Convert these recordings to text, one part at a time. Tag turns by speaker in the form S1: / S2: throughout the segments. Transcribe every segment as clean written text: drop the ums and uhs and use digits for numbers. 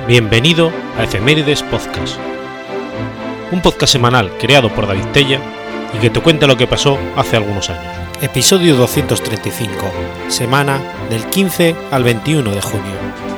S1: Bienvenido a Efemérides Podcast, un podcast semanal creado por David Tella y que te cuenta lo que pasó hace algunos años. Episodio 235, semana del 15 al 21 de junio.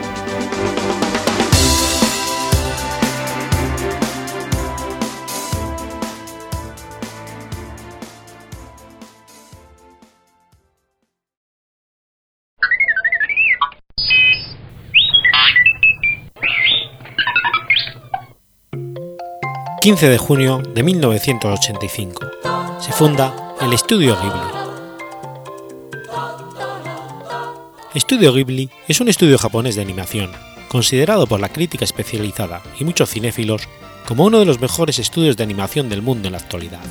S1: ...15 de junio de 1985... se funda el Estudio Ghibli. Estudio Ghibli es un estudio japonés de animación, considerado por la crítica especializada y muchos cinéfilos como uno de los mejores estudios de animación del mundo en la actualidad.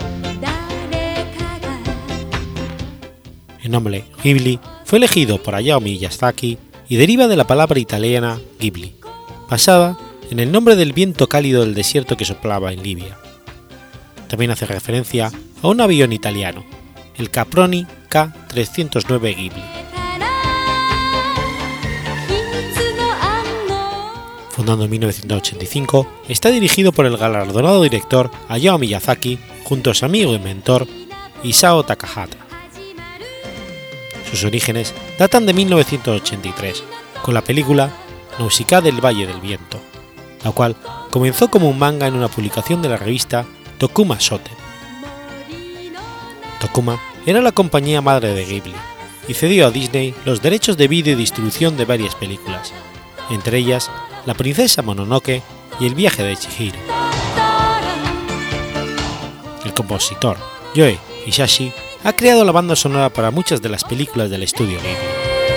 S1: El nombre Ghibli fue elegido por Hayao Miyazaki y deriva de la palabra italiana Ghibli, basada en el nombre del viento cálido del desierto que soplaba en Libia. También hace referencia a un avión italiano, el Caproni K-309 Ghibli. Fundado en 1985, está dirigido por el galardonado director Hayao Miyazaki junto a su amigo y mentor Isao Takahata. Sus orígenes datan de 1983, con la película Nausicaa del Valle del Viento, la cual comenzó como un manga en una publicación de la revista Tokuma Shoten. Tokuma era la compañía madre de Ghibli y cedió a Disney los derechos de vídeo y distribución de varias películas, entre ellas La princesa Mononoke y El viaje de Chihiro. El compositor Yoe Hisaishi ha creado la banda sonora para muchas de las películas del estudio Ghibli.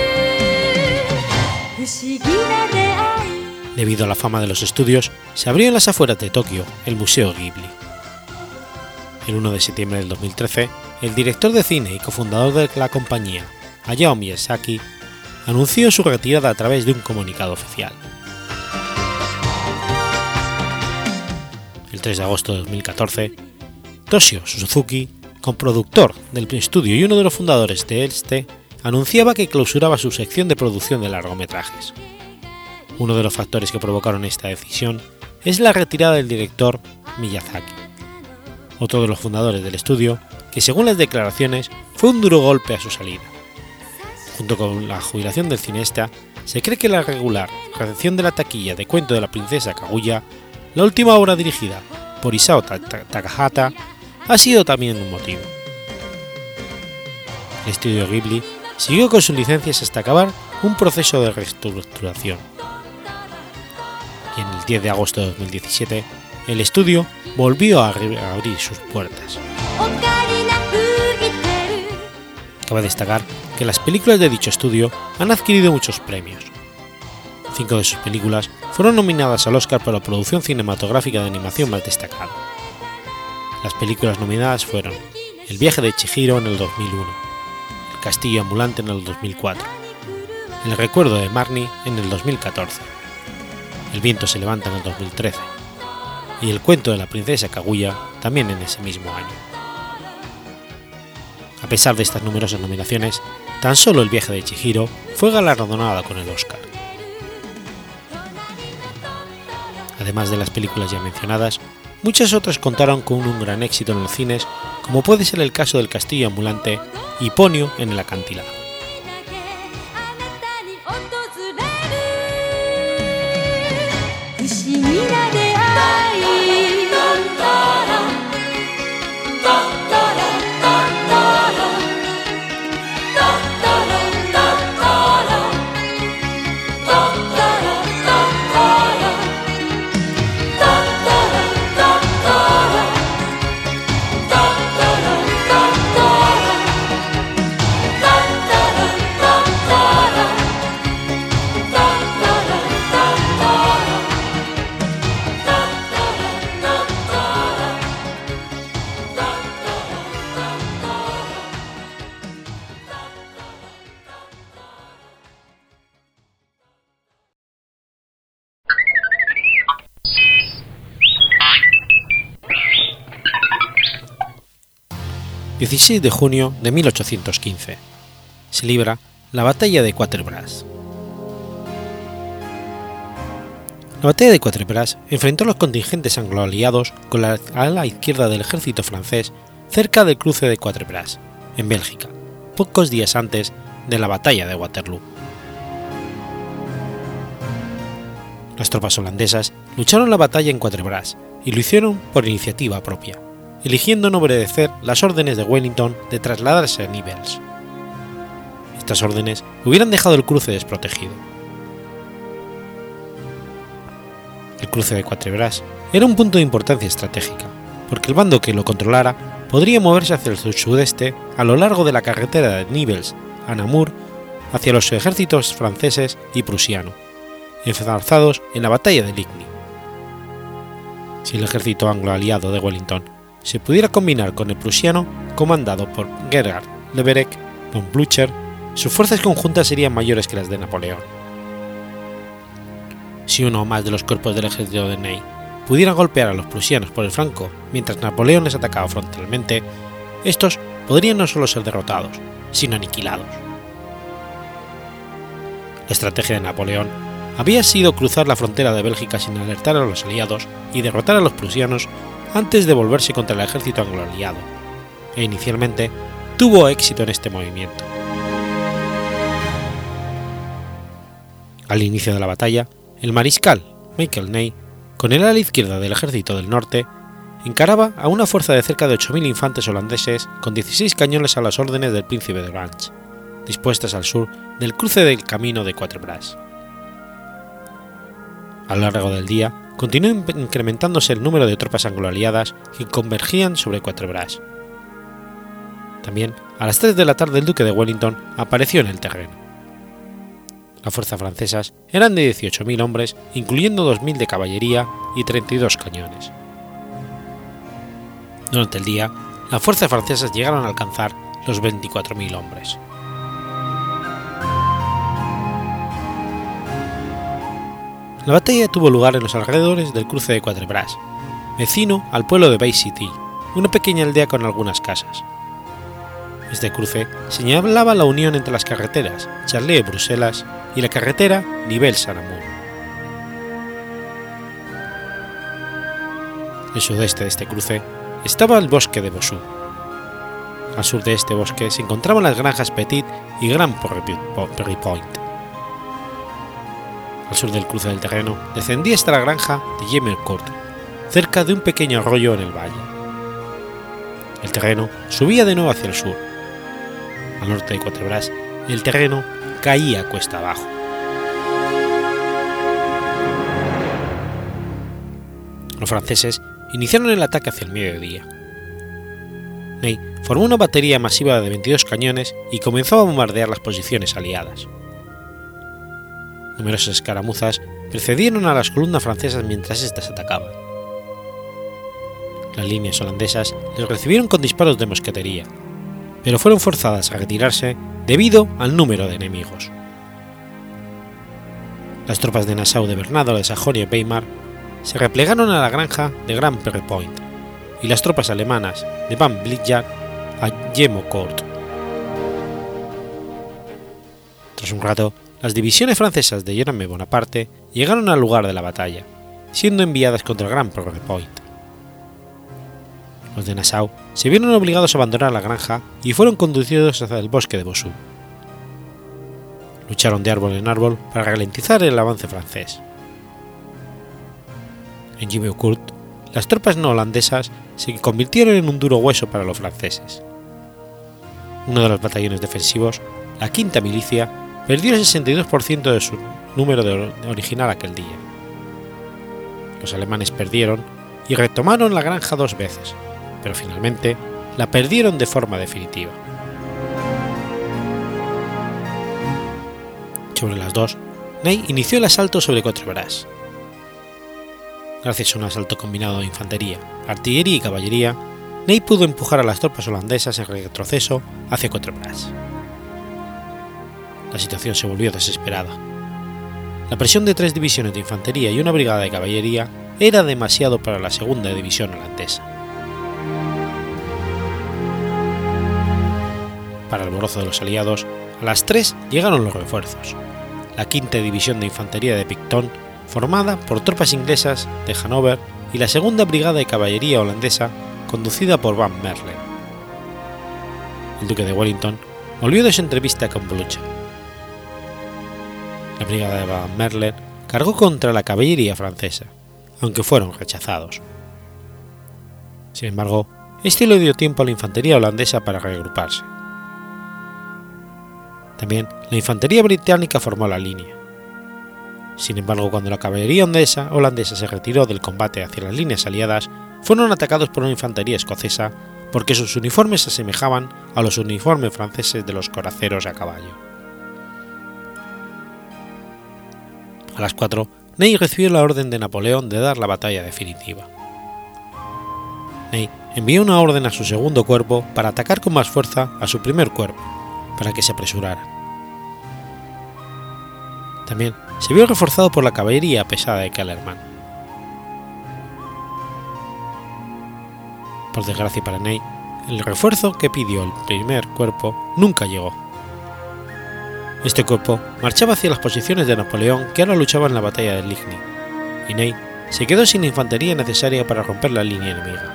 S1: Debido a la fama de los estudios, se abrió en las afueras de Tokio el Museo Ghibli. El 1 de septiembre del 2013, el director de cine y cofundador de la compañía, Hayao Miyazaki, anunció su retirada a través de un comunicado oficial. El 3 de agosto de 2014, Toshio Suzuki, coproductor del estudio y uno de los fundadores de este, anunciaba que clausuraba su sección de producción de largometrajes. Uno de los factores que provocaron esta decisión es la retirada del director Miyazaki, otro de los fundadores del estudio, que según las declaraciones fue un duro golpe a su salida. Junto con la jubilación del cineasta, se cree que la regular recepción de la taquilla de Cuento de la princesa Kaguya, la última obra dirigida por Isao Takahata, ha sido también un motivo. El estudio Ghibli siguió con sus licencias hasta acabar un proceso de reestructuración. Y en el 10 de agosto de 2017, el estudio volvió a abrir sus puertas. Cabe destacar que las películas de dicho estudio han adquirido muchos premios. 5 de sus películas fueron nominadas al Oscar por la producción cinematográfica de animación más destacada. Las películas nominadas fueron El viaje de Chihiro en el 2001, El castillo ambulante en el 2004, El recuerdo de Marnie en el 2014, El viento se levanta en el 2013 y El cuento de la princesa Kaguya también en ese mismo año. A pesar de estas numerosas nominaciones, tan solo El viaje de Chihiro fue galardonada con el Oscar. Además de las películas ya mencionadas, muchas otras contaron con un gran éxito en los cines, como puede ser el caso del castillo ambulante y Ponyo en el acantilado. ...16 de junio de 1815... se libra la batalla de Quatre Bras. La batalla de Quatre Bras enfrentó a los contingentes anglo-aliados con la ala izquierda del ejército francés cerca del cruce de Quatre Bras, en Bélgica, pocos días antes de la batalla de Waterloo. Las tropas holandesas lucharon la batalla en Quatre Bras y lo hicieron por iniciativa propia, eligiendo no obedecer las órdenes de Wellington de trasladarse a Nivelles. Estas órdenes hubieran dejado el cruce desprotegido. El cruce de Quatre Bras era un punto de importancia estratégica, porque el bando que lo controlara podría moverse hacia el sudeste a lo largo de la carretera de Nivelles a Namur hacia los ejércitos franceses y prusiano, enzazados en la batalla de Ligny. Si el ejército anglo-aliado de Wellington se pudiera combinar con el prusiano comandado por Gerhard Leverek von Blücher, sus fuerzas conjuntas serían mayores que las de Napoleón. Si uno o más de los cuerpos del ejército de Ney pudieran golpear a los prusianos por el flanco mientras Napoleón les atacaba frontalmente, estos podrían no solo ser derrotados, sino aniquilados. La estrategia de Napoleón había sido cruzar la frontera de Bélgica sin alertar a los aliados y derrotar a los prusianos antes de volverse contra el ejército anglo-aliado, e inicialmente tuvo éxito en este movimiento. Al inicio de la batalla, el mariscal Michael Ney, con el ala izquierda del ejército del norte, encaraba a una fuerza de cerca de 8.000 infantes holandeses con 16 cañones a las órdenes del príncipe de Orange, dispuestas al sur del cruce del camino de Quatre Bras. A lo largo del día, continuó incrementándose el número de tropas anglo-aliadas que convergían sobre Quatre Bras. También, a las 3 de la tarde, el duque de Wellington apareció en el terreno. Las fuerzas francesas eran de 18.000 hombres, incluyendo 2.000 de caballería y 32 cañones. Durante el día, las fuerzas francesas llegaron a alcanzar los 24.000 hombres. La batalla tuvo lugar en los alrededores del cruce de Quatre Bras, vecino al pueblo de Bay City, una pequeña aldea con algunas casas. Este cruce señalaba la unión entre las carreteras Charlier-Bruselas y la carretera Nivelles-Namur. Al sudeste de este cruce estaba el bosque de Bossou. Al sur de este bosque se encontraban las granjas Petit y Grand Prairie Point. Al sur del cruce del terreno descendía hasta la granja de Jemmecourt, cerca de un pequeño arroyo en el valle. El terreno subía de nuevo hacia el sur. Al norte de Quatre Bras, el terreno caía cuesta abajo. Los franceses iniciaron el ataque hacia el mediodía. Ney formó una batería masiva de 22 cañones y comenzó a bombardear las posiciones aliadas. Numerosas escaramuzas precedieron a las columnas francesas mientras éstas atacaban. Las líneas holandesas les recibieron con disparos de mosquetería, pero fueron forzadas a retirarse debido al número de enemigos. Las tropas de Nassau de Bernardo de Sajonia y Weimar se replegaron a la granja de Grand Prairie Point y las tropas alemanas de Van Blitjak a Jemmecourt. Tras un rato, las divisiones francesas de Jerome Bonaparte llegaron al lugar de la batalla, siendo enviadas contra el Grand Prairie Point. Los de Nassau se vieron obligados a abandonar la granja y fueron conducidos hacia el bosque de Bossou. Lucharon de árbol en árbol para ralentizar el avance francés. En Jemmecourt, las tropas no holandesas se convirtieron en un duro hueso para los franceses. Uno de los batallones defensivos, la quinta milicia, perdió el 62% de su número original aquel día. Los alemanes perdieron y retomaron la granja 2 veces, pero finalmente la perdieron de forma definitiva. Sobre las 2, Ney inició el asalto sobre Quatre Bras. Gracias a un asalto combinado de infantería, artillería y caballería, Ney pudo empujar a las tropas holandesas en retroceso hacia Quatre Bras. La situación se volvió desesperada. La presión de 3 divisiones de infantería y una brigada de caballería era demasiado para la segunda división holandesa. Para el alborozo de los aliados, a las 3 llegaron los refuerzos. La quinta división de infantería de Picton formada por tropas inglesas de Hannover y la segunda brigada de caballería holandesa conducida por Van Merle. El duque de Wellington volvió de su entrevista con Blücher. La brigada de Van Merle cargó contra la caballería francesa, aunque fueron rechazados. Sin embargo, este le dio tiempo a la infantería holandesa para reagruparse. También la infantería británica formó la línea. Sin embargo, cuando la caballería holandesa se retiró del combate hacia las líneas aliadas, fueron atacados por una infantería escocesa porque sus uniformes se asemejaban a los uniformes franceses de los coraceros a caballo. A las 4, Ney recibió la orden de Napoleón de dar la batalla definitiva. Ney envió una orden a su segundo cuerpo para atacar con más fuerza a su primer cuerpo, para que se apresurara. También se vio reforzado por la caballería pesada de Kellerman. Por desgracia para Ney, el refuerzo que pidió el primer cuerpo nunca llegó. Este cuerpo marchaba hacia las posiciones de Napoleón que ahora luchaba en la batalla de Ligny, y Ney se quedó sin la infantería necesaria para romper la línea enemiga.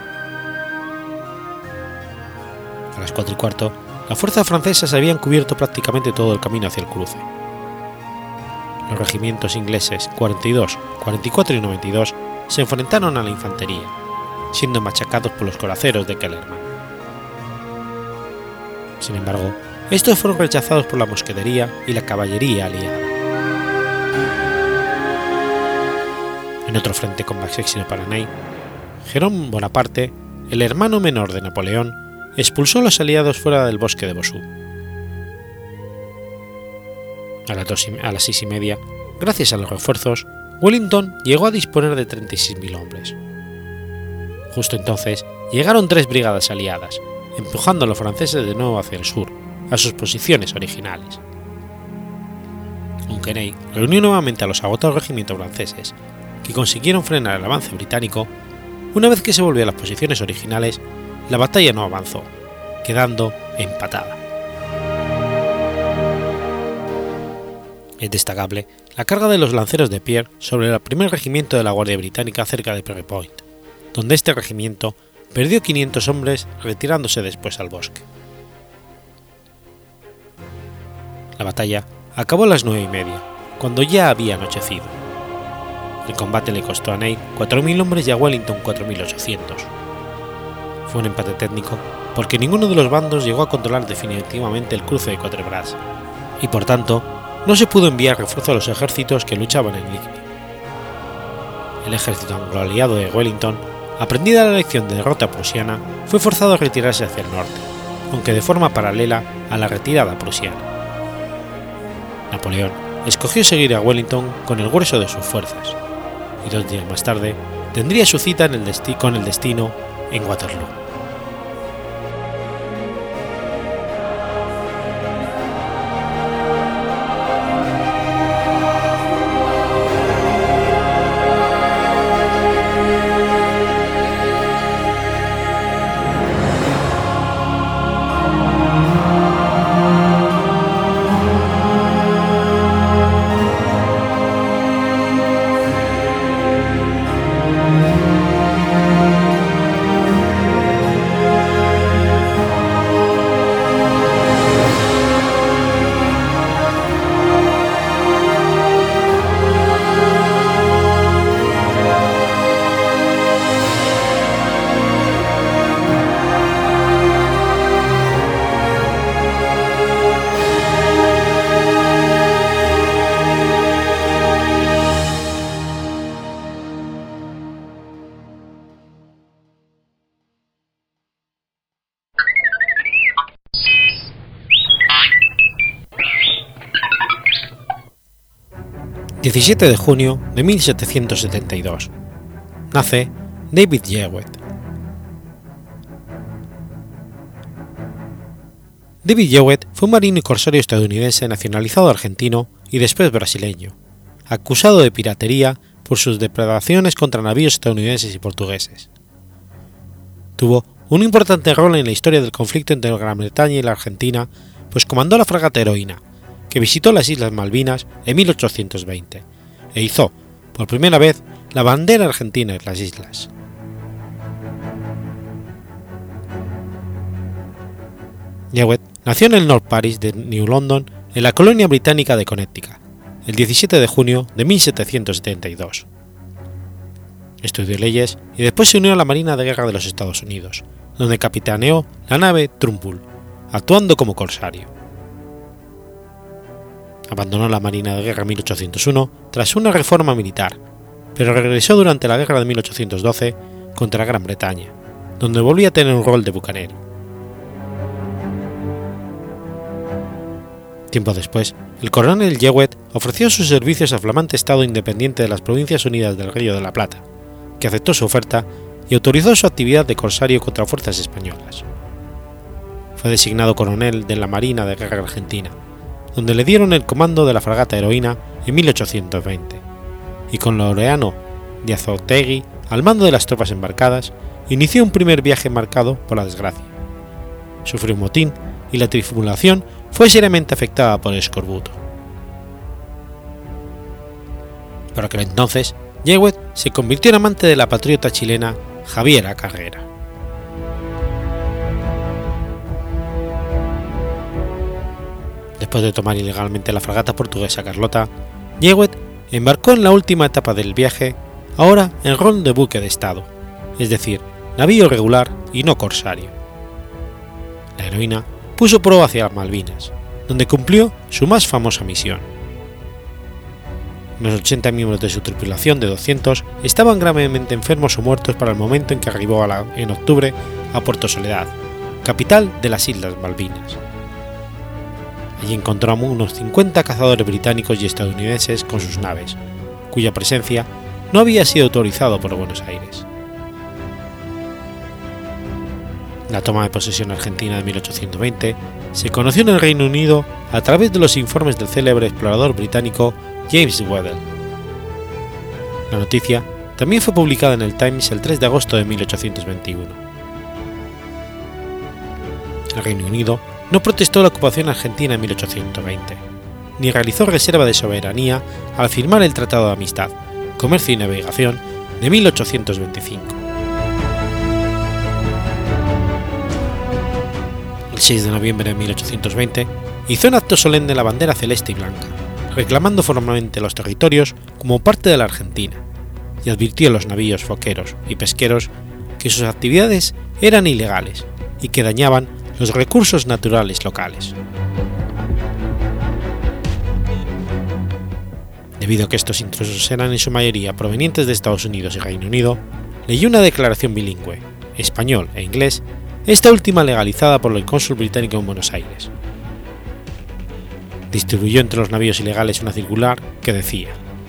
S1: A las 4:15, las fuerzas francesas habían cubierto prácticamente todo el camino hacia el cruce. Los regimientos ingleses 42, 44 y 92 se enfrentaron a la infantería, siendo machacados por los coraceros de Kellerman. Sin embargo, estos fueron rechazados por la mosquetería y la caballería aliada. En otro frente con más éxito para Ney, Jerome Bonaparte, el hermano menor de Napoleón, expulsó a los aliados fuera del bosque de Bossu. A las 6:30, gracias a los refuerzos, Wellington llegó a disponer de 36.000 hombres. Justo entonces llegaron 3 brigadas aliadas, empujando a los franceses de nuevo hacia el sur, a sus posiciones originales. Aunque Ney reunió nuevamente a los agotados regimientos franceses, que consiguieron frenar el avance británico, una vez que se volvió a las posiciones originales, la batalla no avanzó, quedando empatada. Es destacable la carga de los lanceros de Pierre sobre el primer regimiento de la Guardia Británica cerca de Prairie Point, donde este regimiento perdió 500 hombres retirándose después al bosque. La batalla acabó a las 9:30, cuando ya había anochecido. El combate le costó a Ney 4.000 hombres y a Wellington 4.800. Fue un empate técnico porque ninguno de los bandos llegó a controlar definitivamente el cruce de Quatre Bras, y por tanto no se pudo enviar refuerzo a los ejércitos que luchaban en Ligny. El ejército anglo-aliado de Wellington, aprendida la lección de derrota prusiana, fue forzado a retirarse hacia el norte, aunque de forma paralela a la retirada prusiana. Napoleón escogió seguir a Wellington con el grueso de sus fuerzas, y 2 días más tarde tendría su cita con el destino en Waterloo. El 17 de junio de 1772 nace David Jewett. David Jewett fue un marino y corsario estadounidense nacionalizado argentino y después brasileño, acusado de piratería por sus depredaciones contra navíos estadounidenses y portugueses. Tuvo un importante rol en la historia del conflicto entre Gran Bretaña y la Argentina, pues comandó la fragata Heroína, que visitó las Islas Malvinas en 1820, e hizo por primera vez la bandera argentina en las islas. Jewett nació en el North Parish de New London, en la colonia británica de Connecticut, el 17 de junio de 1772. Estudió leyes y después se unió a la Marina de Guerra de los Estados Unidos, donde capitaneó la nave Trumbull, actuando como corsario. Abandonó la Marina de Guerra en 1801 tras una reforma militar, pero regresó durante la Guerra de 1812 contra Gran Bretaña, donde volvió a tener un rol de bucanero. Tiempo después, el coronel Jewett ofreció sus servicios al flamante Estado independiente de las Provincias Unidas del Río de la Plata, que aceptó su oferta y autorizó su actividad de corsario contra fuerzas españolas. Fue designado coronel de la Marina de Guerra Argentina, donde le dieron el comando de la fragata Heroína en 1820, y con Laureano de Azotegui al mando de las tropas embarcadas, inició un primer viaje marcado por la desgracia. Sufrió un motín y la tripulación fue seriamente afectada por el escorbuto. Por aquel entonces, Jewett se convirtió en amante de la patriota chilena Javiera Carrera. Después de tomar ilegalmente la fragata portuguesa Carlota, Jewett embarcó en la última etapa del viaje, ahora en rol de buque de estado, es decir, navío regular y no corsario. La Heroína puso proa hacia las Malvinas, donde cumplió su más famosa misión. Los 80 miembros de su tripulación de 200 estaban gravemente enfermos o muertos para el momento en que arribó en octubre a Puerto Soledad, capital de las Islas Malvinas. Allí encontró a unos 50 cazadores británicos y estadounidenses con sus naves, cuya presencia no había sido autorizado por Buenos Aires. La toma de posesión argentina de 1820 se conoció en el Reino Unido a través de los informes del célebre explorador británico James Weddell. La noticia también fue publicada en el Times el 3 de agosto de 1821. El Reino Unido no protestó la ocupación argentina en 1820, ni realizó reserva de soberanía al firmar el Tratado de Amistad, Comercio y Navegación de 1825. El 6 de noviembre de 1820 hizo un acto solemne la bandera celeste y blanca, reclamando formalmente los territorios como parte de la Argentina, y advirtió a los navíos foqueros y pesqueros que sus actividades eran ilegales y que dañaban los recursos naturales locales. Debido a que estos intrusos eran en su mayoría provenientes de Estados Unidos y Reino Unido, leyó una declaración bilingüe, español e inglés, esta última legalizada por el cónsul británico en Buenos Aires. Distribuyó entre los navíos ilegales una circular que decía: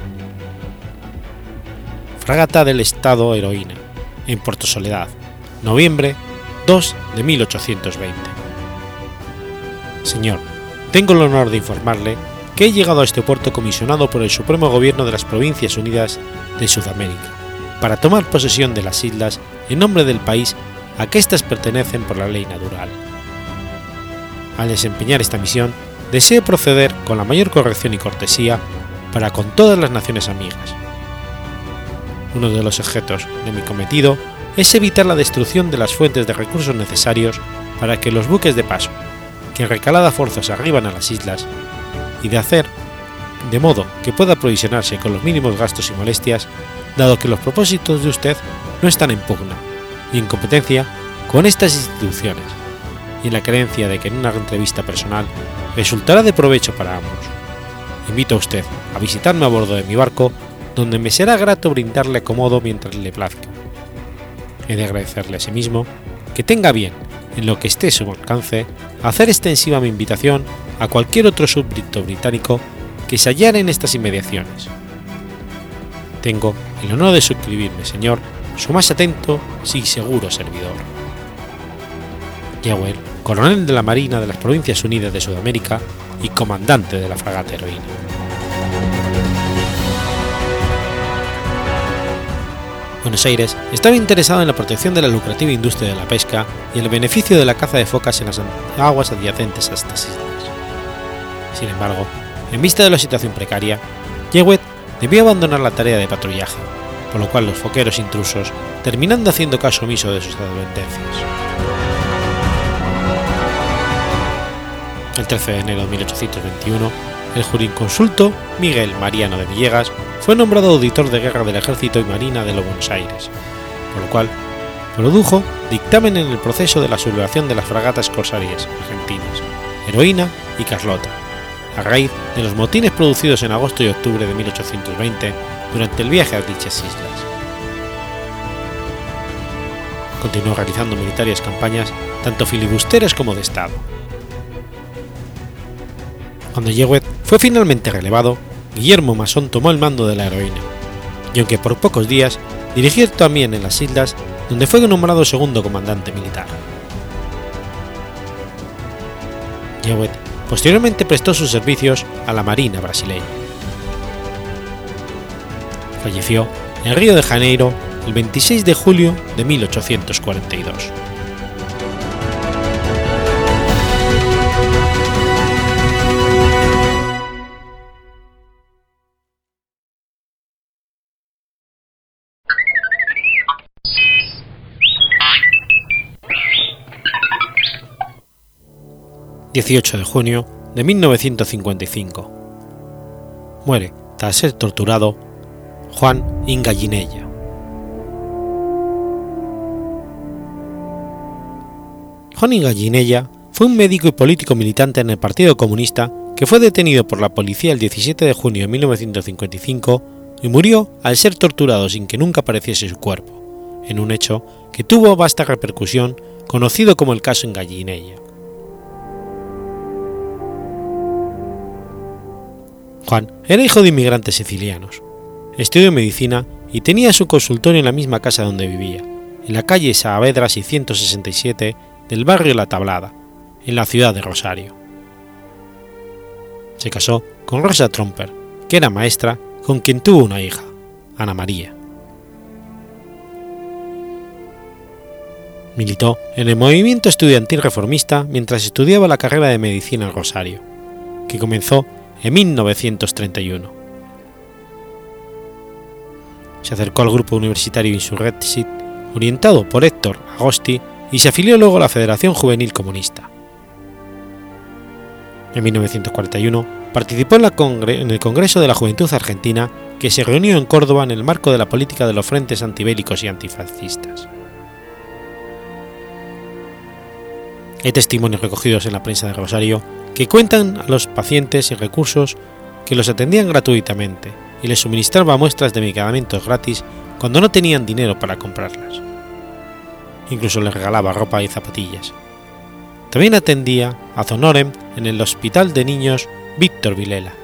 S1: Fragata del Estado Heroína, en Puerto Soledad, noviembre 2 de 1820. Señor, tengo el honor de informarle que he llegado a este puerto comisionado por el Supremo Gobierno de las Provincias Unidas de Sudamérica, para tomar posesión de las islas en nombre del país a que éstas pertenecen por la ley natural. Al desempeñar esta misión, deseo proceder con la mayor corrección y cortesía para con todas las naciones amigas. Uno de los objetos de mi cometido es evitar la destrucción de las fuentes de recursos necesarios para que los buques de paso, que en recalada fuerza se arriban a las islas, y de hacer de modo que pueda aprovisionarse con los mínimos gastos y molestias, dado que los propósitos de usted no están en pugna y en competencia con estas instituciones, y en la creencia de que en una entrevista personal resultará de provecho para ambos. Invito a usted a visitarme a bordo de mi barco, donde me será grato brindarle acomodo mientras le plazca. He de agradecerle asimismo que tenga bien, en lo que esté a su alcance, hacer extensiva mi invitación a cualquier otro súbdito británico que se hallara en estas inmediaciones. Tengo el honor de suscribirme, señor, su más atento y seguro servidor. Jewett, coronel de la Marina de las Provincias Unidas de Sudamérica y comandante de la fragata Heroína. Buenos Aires estaba interesado en la protección de la lucrativa industria de la pesca y el beneficio de la caza de focas en las aguas adyacentes a estas islas. Sin embargo, en vista de la situación precaria, Jewett debió abandonar la tarea de patrullaje, por lo cual los foqueros intrusos, terminando haciendo caso omiso de sus advertencias. El 13 de enero de 1821, el jurisconsulto Miguel Mariano de Villegas fue nombrado auditor de guerra del Ejército y Marina de los Buenos Aires, por lo cual produjo dictamen en el proceso de la sublevación de las fragatas corsarias argentinas, Heroína y Carlota, a raíz de los motines producidos en agosto y octubre de 1820 durante el viaje a dichas islas. Continuó realizando militares campañas tanto filibusteras como de Estado. Cuando Jewett fue finalmente relevado, Guillermo Masón tomó el mando de la Heroína, y aunque por pocos días, dirigió también en las islas, donde fue nombrado segundo comandante militar. Jewett posteriormente prestó sus servicios a la Marina brasileña. Falleció en Río de Janeiro el 26 de julio de 1842. 18 de junio de 1955. Muere, tras ser torturado, Juan Ingallinella. Juan Ingallinella fue un médico y político militante en el Partido Comunista que fue detenido por la policía el 17 de junio de 1955 y murió al ser torturado sin que nunca apareciese su cuerpo, en un hecho que tuvo vasta repercusión, conocido como el caso Ingallinella. Juan era hijo de inmigrantes sicilianos, estudió medicina y tenía su consultorio en la misma casa donde vivía, en la calle Saavedra 667 del barrio La Tablada, en la ciudad de Rosario. Se casó con Rosa Tromper, que era maestra, con quien tuvo una hija, Ana María. Militó en el movimiento estudiantil reformista mientras estudiaba la carrera de medicina en Rosario, que comenzó en 1931. Se acercó al grupo universitario Insurrectit, orientado por Héctor Agosti, y se afilió luego a la Federación Juvenil Comunista. En 1941 participó en el Congreso de la Juventud Argentina, que se reunió en Córdoba en el marco de la política de los frentes antibélicos y antifascistas. Hay testimonios recogidos en la prensa de Rosario que cuentan a los pacientes y recursos que los atendían gratuitamente y les suministraba muestras de medicamentos gratis cuando no tenían dinero para comprarlas. Incluso les regalaba ropa y zapatillas. También atendía a Zonorem en el Hospital de Niños Víctor Vilela.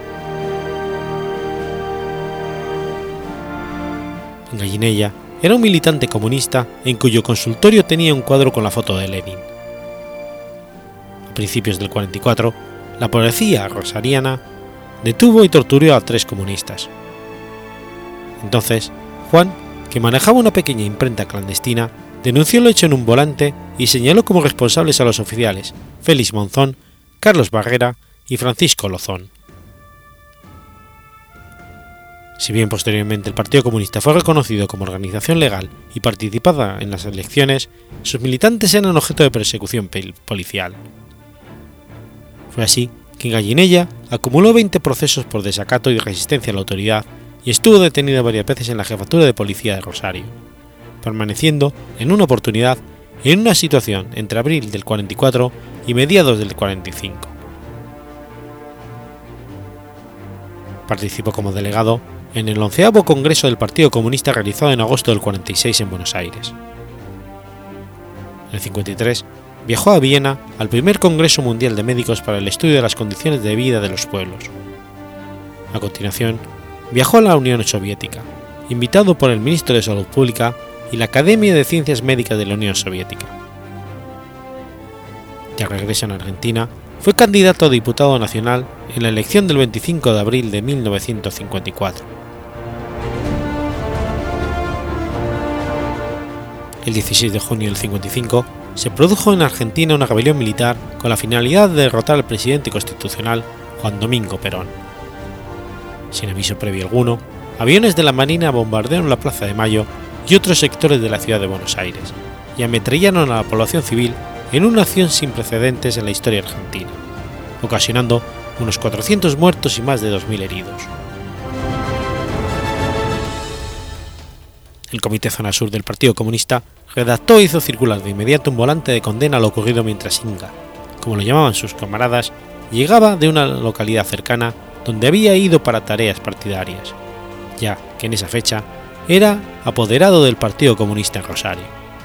S1: Gallinella era un militante comunista en cuyo consultorio tenía un cuadro con la foto de Lenin. A principios del 44, la policía rosariana detuvo y torturó a 3 comunistas. Entonces, Juan, que manejaba una pequeña imprenta clandestina, denunció lo hecho en un volante y señaló como responsables a los oficiales Félix Monzón, Carlos Barrera y Francisco Lozón. Si bien posteriormente el Partido Comunista fue reconocido como organización legal y participaba en las elecciones, sus militantes eran objeto de persecución policial. Fue así que Gallinella acumuló 20 procesos por desacato y resistencia a la autoridad y estuvo detenido varias veces en la jefatura de policía de Rosario, permaneciendo en una oportunidad en una situación entre abril del 44 y mediados del 45. Participó como delegado en el 11º Congreso del Partido Comunista realizado en agosto del 46 en Buenos Aires. En el 53 viajó a Viena al primer Congreso Mundial de Médicos para el estudio de las condiciones de vida de los pueblos. A continuación, viajó a la Unión Soviética, invitado por el ministro de Salud Pública y la Academia de Ciencias Médicas de la Unión Soviética. Ya regreso en Argentina, fue candidato a diputado nacional en la elección del 25 de abril de 1954. El 16 de junio del 55 se produjo en Argentina una rebelión militar con la finalidad de derrotar al presidente constitucional Juan Domingo Perón. Sin aviso previo alguno, aviones de la Marina bombardearon la Plaza de Mayo y otros sectores de la ciudad de Buenos Aires, y ametrallaron a la población civil en una acción sin precedentes en la historia argentina, ocasionando unos 400 muertos y más de 2.000 heridos. El Comité Zona Sur del Partido Comunista redactó e hizo circular de inmediato un volante de condena a lo ocurrido mientras Inga, como lo llamaban sus camaradas, llegaba de una localidad cercana donde había ido para tareas partidarias, ya que en esa fecha era apoderado del Partido Comunista en Rosario.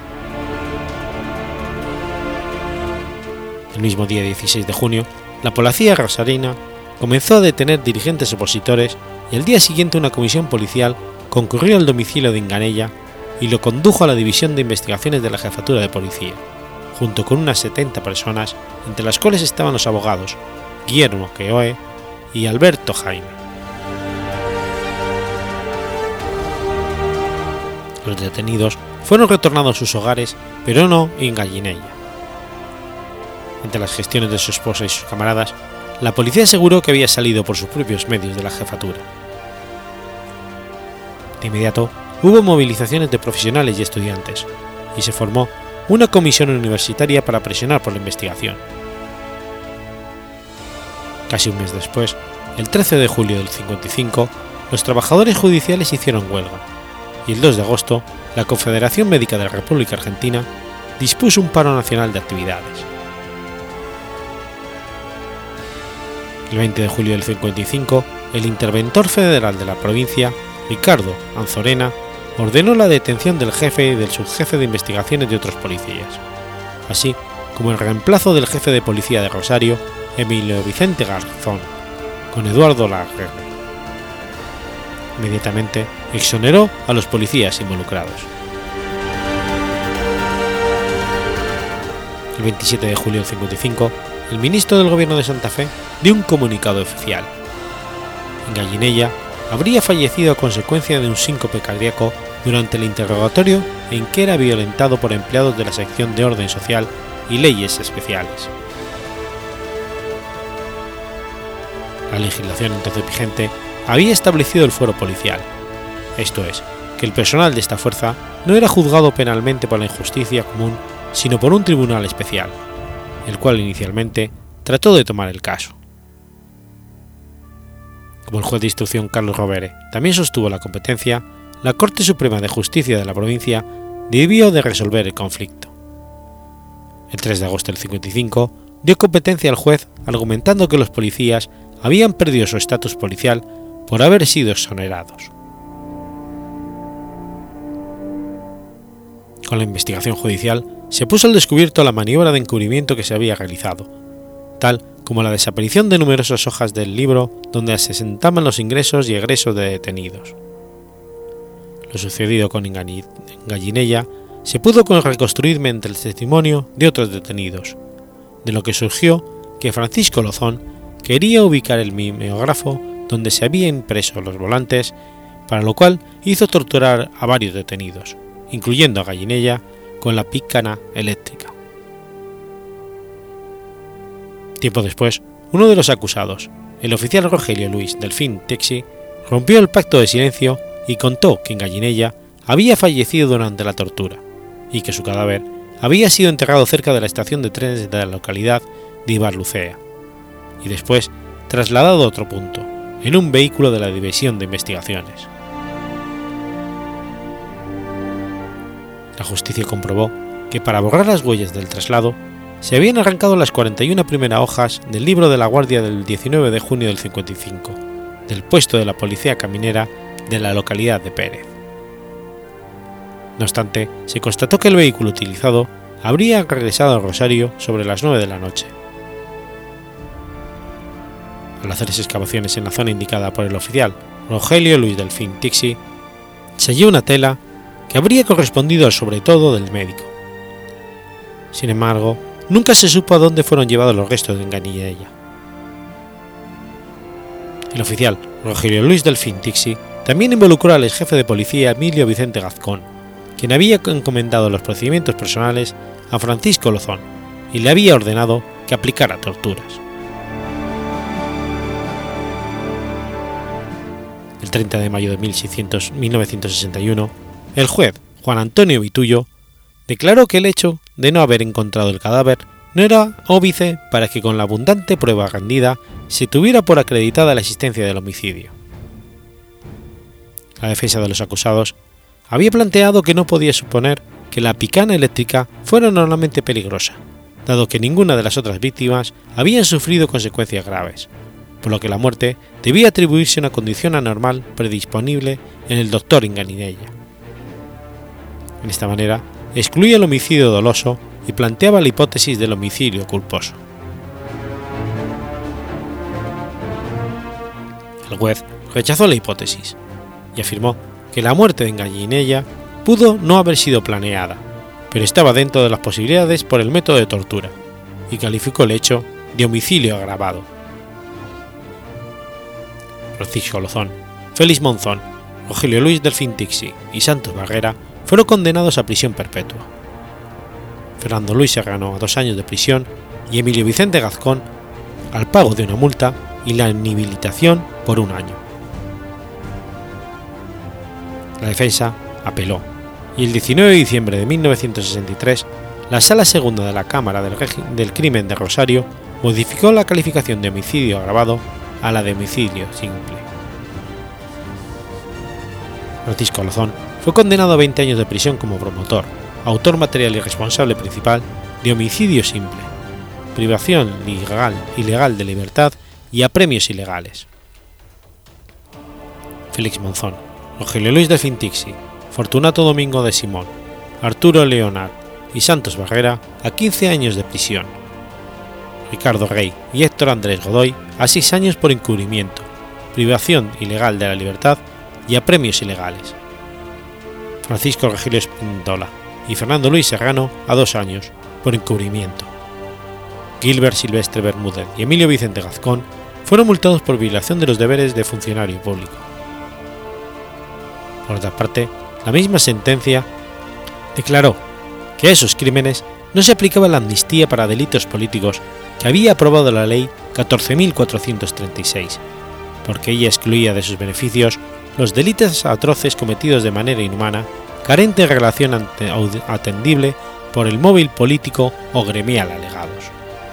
S1: El mismo día 16 de junio, la policía rosarina comenzó a detener dirigentes opositores y al día siguiente una comisión policial concurrió al domicilio de Inganella y lo condujo a la División de Investigaciones de la Jefatura de Policía, junto con unas 70 personas, entre las cuales estaban los abogados Guillermo Keoe y Alberto Jaime. Los detenidos fueron retornados a sus hogares, pero no en Gallinella. Ante las gestiones de su esposa y sus camaradas, la policía aseguró que había salido por sus propios medios de la jefatura. De inmediato, hubo movilizaciones de profesionales y estudiantes, y se formó una comisión universitaria para presionar por la investigación. Casi un mes después, el 13 de julio del 55, los trabajadores judiciales hicieron huelga, y el 2 de agosto, la Confederación Médica de la República Argentina dispuso un paro nacional de actividades. El 20 de julio del 55, el interventor federal de la provincia, Ricardo Anzorena, ordenó la detención del jefe y del subjefe de investigaciones de otros policías, así como el reemplazo del jefe de policía de Rosario, Emilio Vicente Garzón, con Eduardo Larguerre. Inmediatamente exoneró a los policías involucrados. El 27 de julio del 55, el ministro del Gobierno de Santa Fe dio un comunicado oficial. En Gallinella habría fallecido a consecuencia de un síncope cardíaco durante el interrogatorio en que era violentado por empleados de la sección de Orden Social y Leyes Especiales. La legislación entonces vigente había establecido el fuero policial, esto es, que el personal de esta fuerza no era juzgado penalmente por la injusticia común, sino por un tribunal especial, el cual inicialmente trató de tomar el caso. Como el juez de instrucción Carlos Rovere también sostuvo la competencia, la Corte Suprema de Justicia de la provincia debió de resolver el conflicto. El 3 de agosto del 55 dio competencia al juez argumentando que los policías habían perdido su estatus policial por haber sido exonerados. Con la investigación judicial se puso al descubierto la maniobra de encubrimiento que se había realizado, tal como la desaparición de numerosas hojas del libro donde se asentaban los ingresos y egresos de detenidos. Lo sucedido con Gallinella se pudo reconstruir mediante el testimonio de otros detenidos, de lo que surgió que Francisco Lozón quería ubicar el mimeógrafo donde se habían impreso los volantes, para lo cual hizo torturar a varios detenidos, incluyendo a Gallinella, con la pícana eléctrica. Tiempo después, uno de los acusados, el oficial Rogelio Luis Delfín Tixi, rompió el pacto de silencio y contó que en Gallinella había fallecido durante la tortura y que su cadáver había sido enterrado cerca de la estación de trenes de la localidad de Ibarlucea y después trasladado a otro punto, en un vehículo de la División de Investigaciones. La justicia comprobó que para borrar las huellas del traslado se habían arrancado las 41 primeras hojas del libro de la Guardia del 19 de junio del 55, del puesto de la policía caminera de la localidad de Pérez. No obstante, se constató que el vehículo utilizado habría regresado a Rosario sobre las 9 de la noche. Al hacer excavaciones en la zona indicada por el oficial Rogelio Luis Delfín Tixi, se halló una tela que habría correspondido al sobretodo del médico. Sin embargo, nunca se supo a dónde fueron llevados los restos de Gallinella. El oficial Rogelio Luis Delfín Tixi también involucró al ex jefe de policía Emilio Vicente Garzón, quien había encomendado los procedimientos personales a Francisco Lozón y le había ordenado que aplicara torturas. El 30 de mayo de 1961, el juez Juan Antonio Vitullo declaró que el hecho de no haber encontrado el cadáver no era óbice para que con la abundante prueba rendida se tuviera por acreditada la existencia del homicidio. La defensa de los acusados había planteado que no podía suponer que la picana eléctrica fuera normalmente peligrosa, dado que ninguna de las otras víctimas habían sufrido consecuencias graves, por lo que la muerte debía atribuirse a una condición anormal predisponible en el doctor Inganinella. En esta manera, excluía el homicidio doloso y planteaba la hipótesis del homicidio culposo. El juez rechazó la hipótesis y afirmó que la muerte de Inganinella pudo no haber sido planeada, pero estaba dentro de las posibilidades por el método de tortura, y calificó el hecho de homicidio agravado. Francisco Lozón, Félix Monzón, Rogelio Luis Delfín Tixi y Santos Barrera fueron condenados a prisión perpetua. Fernando Luis Serrano a 2 años de prisión y Emilio Vicente Gazcón al pago de una multa y la inhabilitación por 1 año. La defensa apeló y el 19 de diciembre de 1963 la Sala Segunda de la Cámara del Crimen de Rosario modificó la calificación de homicidio agravado a la de homicidio simple. Francisco Lozón fue condenado a 20 años de prisión como promotor, autor material y responsable principal de homicidio simple, privación ilegal de libertad y apremios ilegales. Félix Monzón, Rogelio Luis Delfín Tixi, Fortunato Domingo de Simón, Arturo Leonard y Santos Barrera a 15 años de prisión. Ricardo Rey y Héctor Andrés Godoy a 6 años por encubrimiento, privación ilegal de la libertad y apremios ilegales. Francisco Regilio Espíndola y Fernando Luis Serrano a 2 años por encubrimiento. Gilbert Silvestre Bermúdez y Emilio Vicente Gazcón fueron multados por violación de los deberes de funcionario público. Por otra parte, la misma sentencia declaró que a esos crímenes no se aplicaba la amnistía para delitos políticos que había aprobado la Ley 14.436, porque ella excluía de sus beneficios los delitos atroces cometidos de manera inhumana, carente de relación atendible por el móvil político o gremial alegados.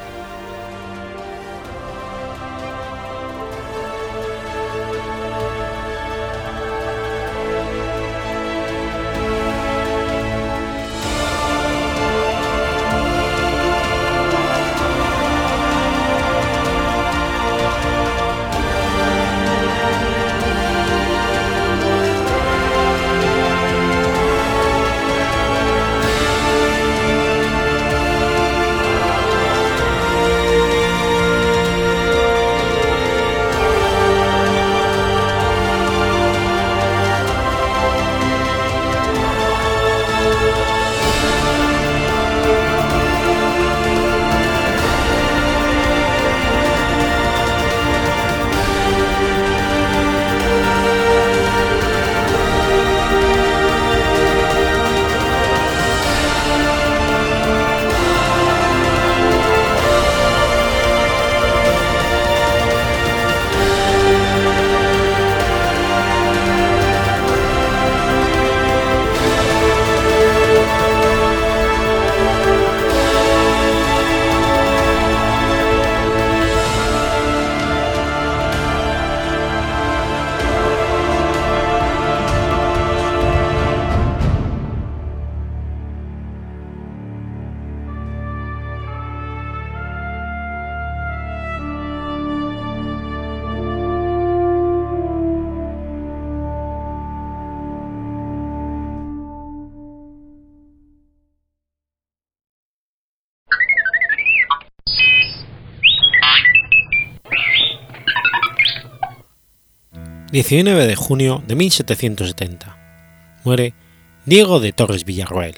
S1: ...19 de junio de 1770... muere Diego de Torres Villarroel.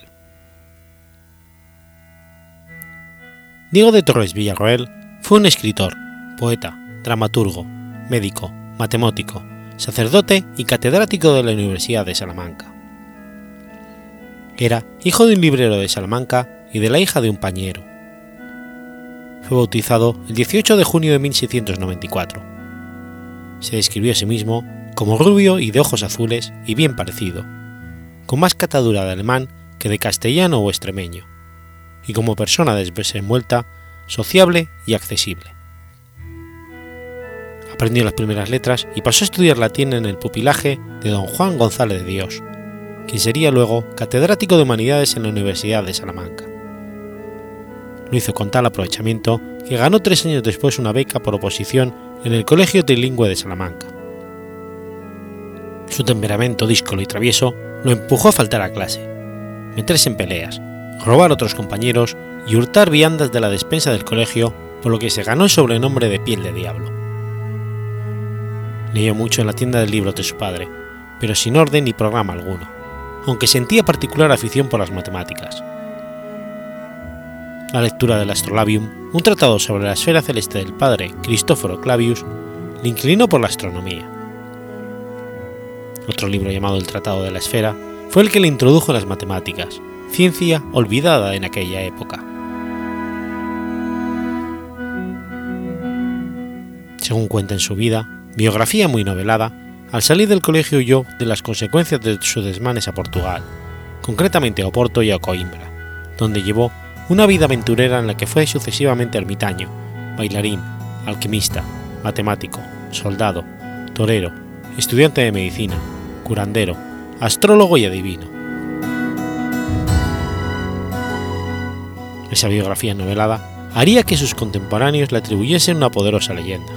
S1: Diego de Torres Villarroel fue un escritor, poeta, dramaturgo, médico, matemático, sacerdote y catedrático de la Universidad de Salamanca. Era hijo de un librero de Salamanca y de la hija de un pañero. Fue bautizado el 18 de junio de 1694. Se describió a sí mismo como rubio y de ojos azules y bien parecido, con más catadura de alemán que de castellano o extremeño, y como persona desenvuelta, sociable y accesible. Aprendió las primeras letras y pasó a estudiar latín en el pupilaje de don Juan González de Dios, quien sería luego catedrático de Humanidades en la Universidad de Salamanca. Lo hizo con tal aprovechamiento que ganó 3 años después una beca por oposición en el Colegio Trilingüe de Salamanca. Su temperamento díscolo y travieso lo empujó a faltar a clase, meterse en peleas, robar a otros compañeros y hurtar viandas de la despensa del colegio, por lo que se ganó el sobrenombre de Piel de Diablo. Leyó mucho en la tienda de libros de su padre, pero sin orden ni programa alguno, aunque sentía particular afición por las matemáticas. La lectura del Astrolabium, un tratado sobre la esfera celeste del padre Cristóforo Clavius, le inclinó por la astronomía. Otro libro llamado El Tratado de la Esfera fue el que le introdujo en las matemáticas, ciencia olvidada en aquella época. Según cuenta en su vida, biografía muy novelada, al salir del colegio huyó de las consecuencias de sus desmanes a Portugal, concretamente a Oporto y a Coimbra, donde llevó una vida aventurera en la que fue sucesivamente ermitaño, bailarín, alquimista, matemático, soldado, torero, estudiante de medicina, curandero, astrólogo y adivino. Esa biografía novelada haría que sus contemporáneos le atribuyesen una poderosa leyenda.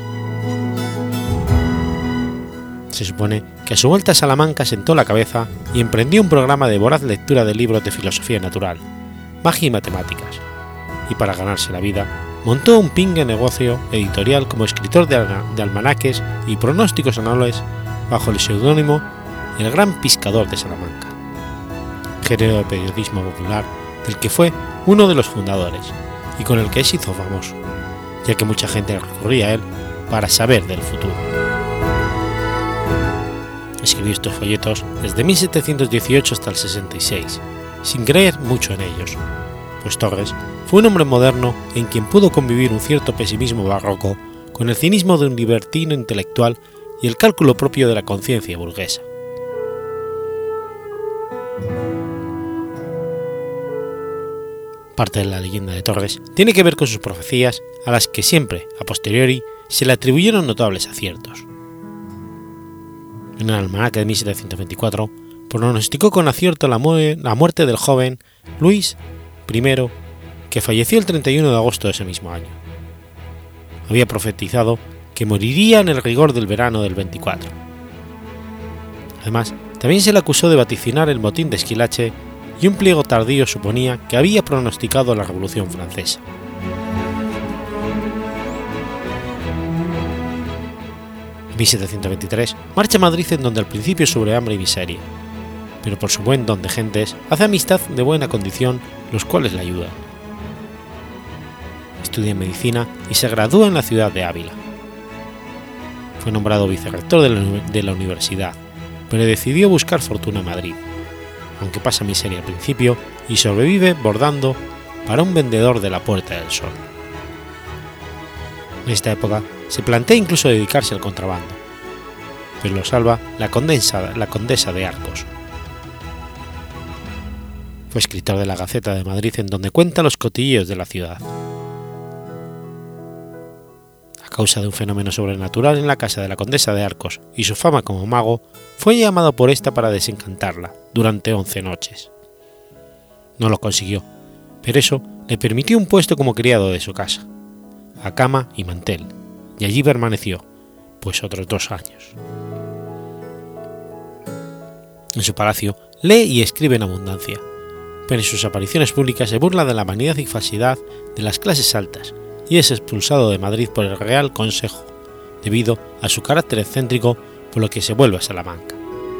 S1: Se supone que a su vuelta a Salamanca sentó la cabeza y emprendió un programa de voraz lectura de libros de filosofía natural, magia y matemáticas, y para ganarse la vida montó un pingue negocio editorial como escritor de almanaques y pronósticos anuales bajo el seudónimo El Gran Piscador de Salamanca, género de periodismo popular del que fue uno de los fundadores y con el que se hizo famoso, ya que mucha gente recurría a él para saber del futuro. Escribió estos folletos desde 1718 hasta el 66, sin creer mucho en ellos, pues Torres fue un hombre moderno en quien pudo convivir un cierto pesimismo barroco con el cinismo de un libertino intelectual y el cálculo propio de la conciencia burguesa. Parte de la leyenda de Torres tiene que ver con sus profecías, a las que siempre, a posteriori, se le atribuyeron notables aciertos. En el almanaque de 1724, pronosticó con acierto la muerte del joven Luis I, que falleció el 31 de agosto de ese mismo año. Había profetizado que moriría en el rigor del verano del 24. Además, también se le acusó de vaticinar el motín de Esquilache, y un pliego tardío suponía que había pronosticado la Revolución Francesa. En 1723 marcha a Madrid, en donde al principio sufre hambre y miseria, pero por su buen don de gentes hace amistad de buena condición, los cuales le ayudan. Estudia medicina y se gradúa en la ciudad de Ávila. Fue nombrado vicerrector de la universidad, pero decidió buscar fortuna en Madrid, aunque pasa miseria al principio y sobrevive bordando para un vendedor de la Puerta del Sol. En esta época se plantea incluso dedicarse al contrabando, pero lo salva la condesa de Arcos. Fue escritor de la Gaceta de Madrid, en donde cuenta los cotilleos de la ciudad. A causa de un fenómeno sobrenatural en la casa de la condesa de Arcos y su fama como mago, fue llamado por esta para desencantarla durante 11 noches. No lo consiguió, pero eso le permitió un puesto como criado de su casa, a cama y mantel, y allí permaneció, pues otros 2 años. En su palacio lee y escribe en abundancia, pero en sus apariciones públicas se burla de la vanidad y falsedad de las clases altas y es expulsado de Madrid por el Real Consejo, debido a su carácter excéntrico, por lo que se vuelve a Salamanca.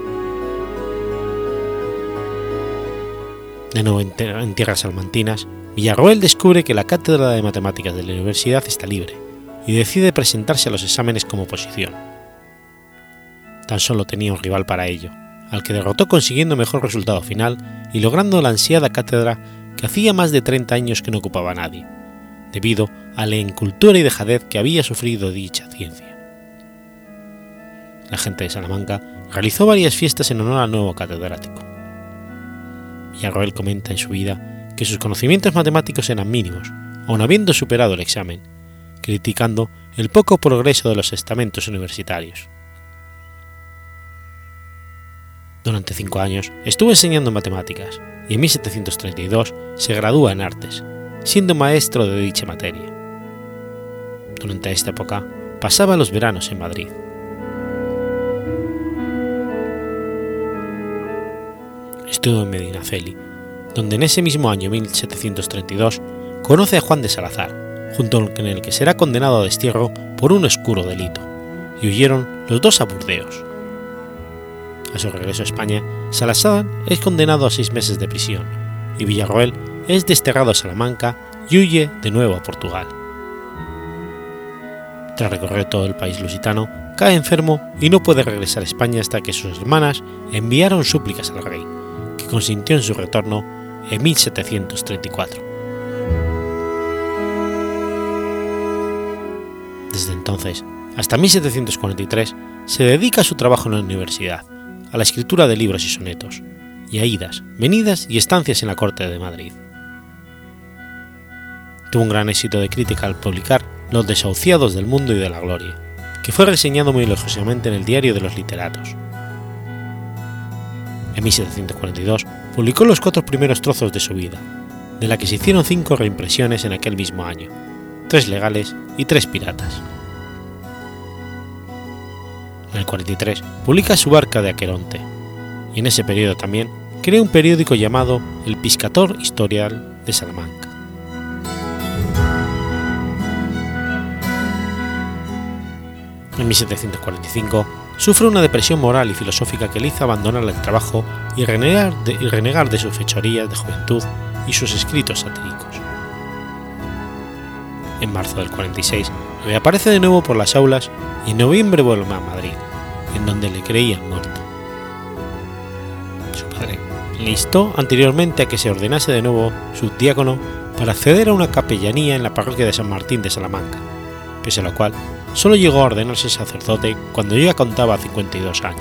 S1: De nuevo en tierras salmantinas, Villarroel descubre que la cátedra de matemáticas de la universidad está libre y decide presentarse a los exámenes como oposición. Tan solo tenía un rival para ello, al que derrotó consiguiendo mejor resultado final y logrando la ansiada cátedra que hacía más de 30 años que no ocupaba nadie, debido a la incultura y dejadez que había sufrido dicha ciencia. la gente de Salamanca realizó varias fiestas en honor al nuevo catedrático. Villarroel comenta en su vida que sus conocimientos matemáticos eran mínimos, aun habiendo superado el examen, criticando el poco progreso de los estamentos universitarios. Durante 5 años estuvo enseñando matemáticas y en 1732 se gradúa en artes, siendo maestro de dicha materia. Durante esta época pasaba los veranos en Madrid. Estuvo en Medinaceli, donde en ese mismo año 1732 conoce a Juan de Salazar, junto con el que será condenado a destierro por un oscuro delito, y huyeron los dos a Burdeos. A su regreso a España, Salazar es condenado a 6 meses de prisión, y Villarroel es desterrado a Salamanca y huye de nuevo a Portugal. Tras recorrer todo el país lusitano, cae enfermo y no puede regresar a España hasta que sus hermanas enviaron súplicas al rey, que consintió en su retorno en 1734. Desde entonces hasta 1743 se dedica a su trabajo en la universidad, a la escritura de libros y sonetos, y a idas, venidas y estancias en la corte de Madrid. Tuvo un gran éxito de crítica al publicar Los desahuciados del mundo y de la gloria, que fue reseñado muy elogiosamente en el Diario de los Literatos. En 1742 publicó los 4 primeros trozos de su vida, de la que se hicieron 5 reimpresiones en aquel mismo año, 3 legales y 3 piratas. En el 43 publica su Barca de Aqueronte, y en ese periodo también crea un periódico llamado El Piscator Historial de Salamanca. En 1745 sufre una depresión moral y filosófica que le hizo abandonar el trabajo y renegar de sus fechorías de juventud y sus escritos satíricos. En marzo del 46 reaparece de nuevo por las aulas y en noviembre vuelve a Madrid, en donde le creían muerto. Su padre le instó anteriormente a que se ordenase de nuevo subdiácono para acceder a una capellanía en la parroquia de San Martín de Salamanca, pese a lo cual solo llegó a ordenarse sacerdote cuando ya contaba 52 años.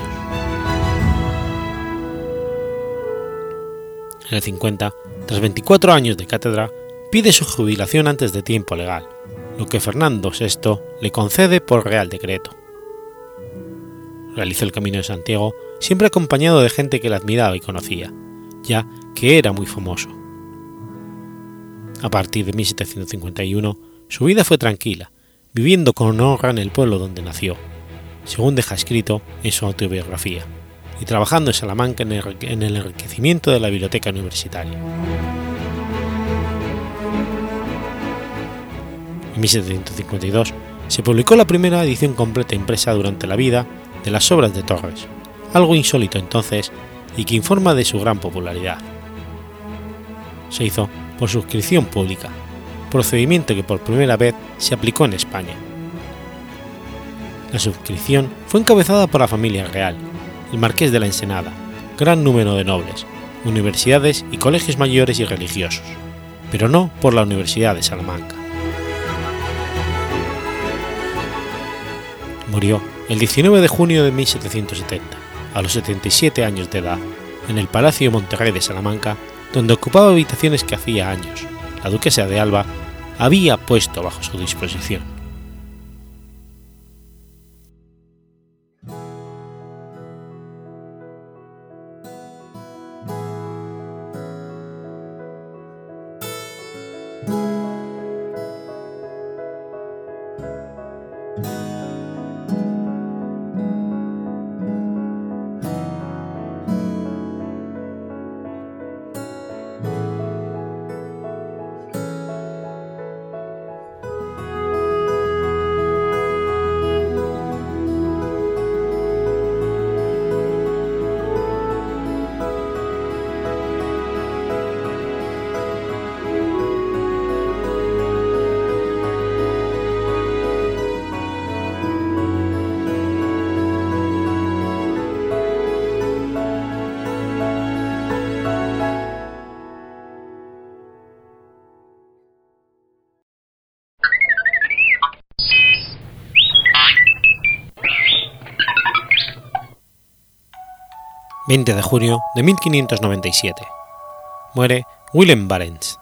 S1: En el 50, tras 24 años de cátedra, pide su jubilación antes de tiempo legal, lo que Fernando VI le concede por real decreto. Realizó el Camino de Santiago siempre acompañado de gente que le admiraba y conocía, ya que era muy famoso. A partir de 1751, su vida fue tranquila, viviendo con honra en el pueblo donde nació, según deja escrito en su autobiografía, y trabajando en Salamanca en el enriquecimiento de la biblioteca universitaria. En 1752 se publicó la primera edición completa impresa durante la vida de las obras de Torres, algo insólito entonces y que informa de su gran popularidad. Se hizo por suscripción pública, procedimiento que por primera vez se aplicó en España. La suscripción fue encabezada por la familia real, el marqués de la Ensenada, gran número de nobles, universidades y colegios mayores y religiosos, pero no por la Universidad de Salamanca. Murió el 19 de junio de 1770, a los 77 años de edad, en el Palacio Monterrey de Salamanca, donde ocupaba habitaciones que hacía años la duquesa de Alba había puesto bajo su disposición. 20 de junio de 1597. Muere Willem Barents.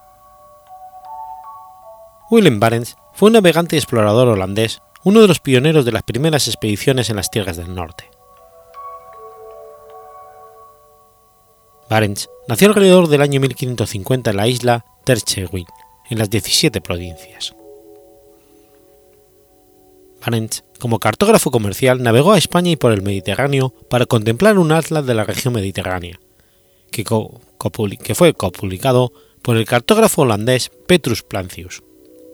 S1: Willem Barents fue un navegante y explorador holandés, uno de los pioneros de las primeras expediciones en las tierras del norte. Barents nació alrededor del año 1550 en la isla Terceira, en las 17 provincias. Barents, como cartógrafo comercial, navegó a España y por el Mediterráneo para contemplar un atlas de la región mediterránea, que fue copublicado por el cartógrafo holandés Petrus Plancius.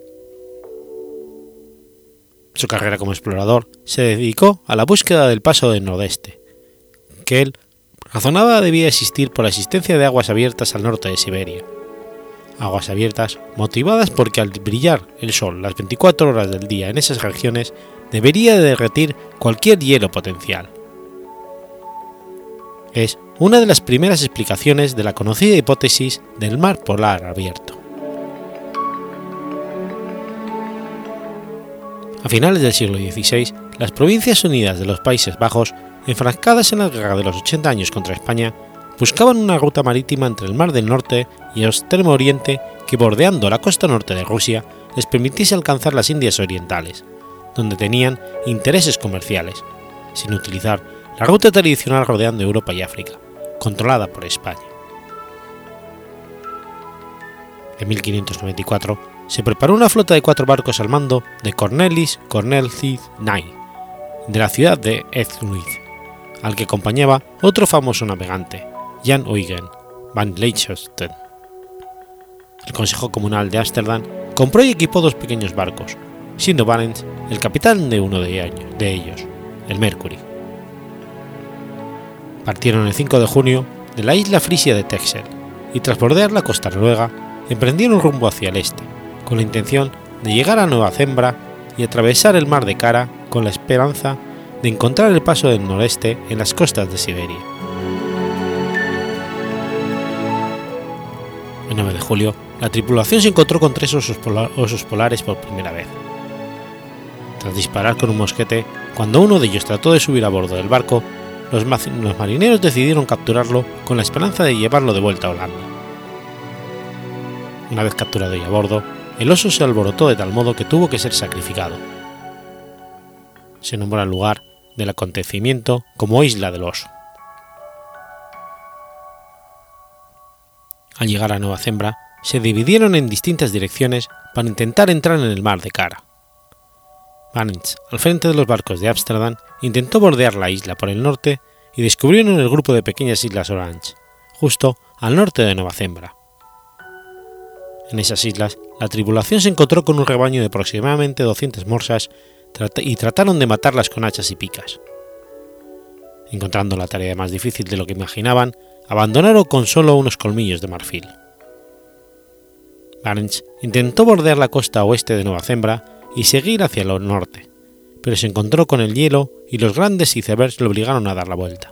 S1: Su carrera como explorador se dedicó a la búsqueda del paso del nordeste, que él razonaba debía existir por la existencia de aguas abiertas al norte de Siberia. Aguas abiertas motivadas porque al brillar el sol las 24 horas del día en esas regiones debería derretir cualquier hielo potencial. Es una de las primeras explicaciones de la conocida hipótesis del mar polar abierto. A finales del siglo XVI, las Provincias Unidas de los Países Bajos, enfrascadas en la guerra de los 80 años contra España, buscaban una ruta marítima entre el Mar del Norte y el Extremo Oriente que, bordeando la costa norte de Rusia, les permitiese alcanzar las Indias Orientales, donde tenían intereses comerciales, sin utilizar la ruta tradicional rodeando Europa y África, controlada por España. En 1594 se preparó una flota de 4 barcos al mando de Cornelis Cornelisz Ny, de la ciudad de Echternach, al que acompañaba otro famoso navegante, Jan Huygen van Leeuwenhoek. El Consejo Comunal de Ámsterdam compró y equipó 2 pequeños barcos, siendo Barents el capitán de uno de ellos, el Mercury. Partieron el 5 de junio de la isla frisia de Texel y tras bordear la costa noruega emprendieron rumbo hacia el este, con la intención de llegar a Nueva Zembra y atravesar el mar de Kara con la esperanza de encontrar el paso del noreste en las costas de Siberia. El 9 de julio, la tripulación se encontró con 3 osos polares por primera vez. Tras disparar con un mosquete, cuando uno de ellos trató de subir a bordo del barco, los marineros decidieron capturarlo con la esperanza de llevarlo de vuelta a Holanda. Una vez capturado y a bordo, el oso se alborotó de tal modo que tuvo que ser sacrificado. Se nombró al lugar del acontecimiento como Isla del Oso. Al llegar a Nueva Zembra, se dividieron en distintas direcciones para intentar entrar en el mar de Kara. Barents, al frente de los barcos de Ámsterdam, intentó bordear la isla por el norte y descubrieron el grupo de pequeñas islas Orange, justo al norte de Nueva Zembra. En esas islas, la tripulación se encontró con un rebaño de aproximadamente 200 morsas y trataron de matarlas con hachas y picas. Encontrando la tarea más difícil de lo que imaginaban, abandonaron con solo unos colmillos de marfil. Barents intentó bordear la costa oeste de Nueva Zembra y seguir hacia el norte, pero se encontró con el hielo y los grandes icebergs le obligaron a dar la vuelta.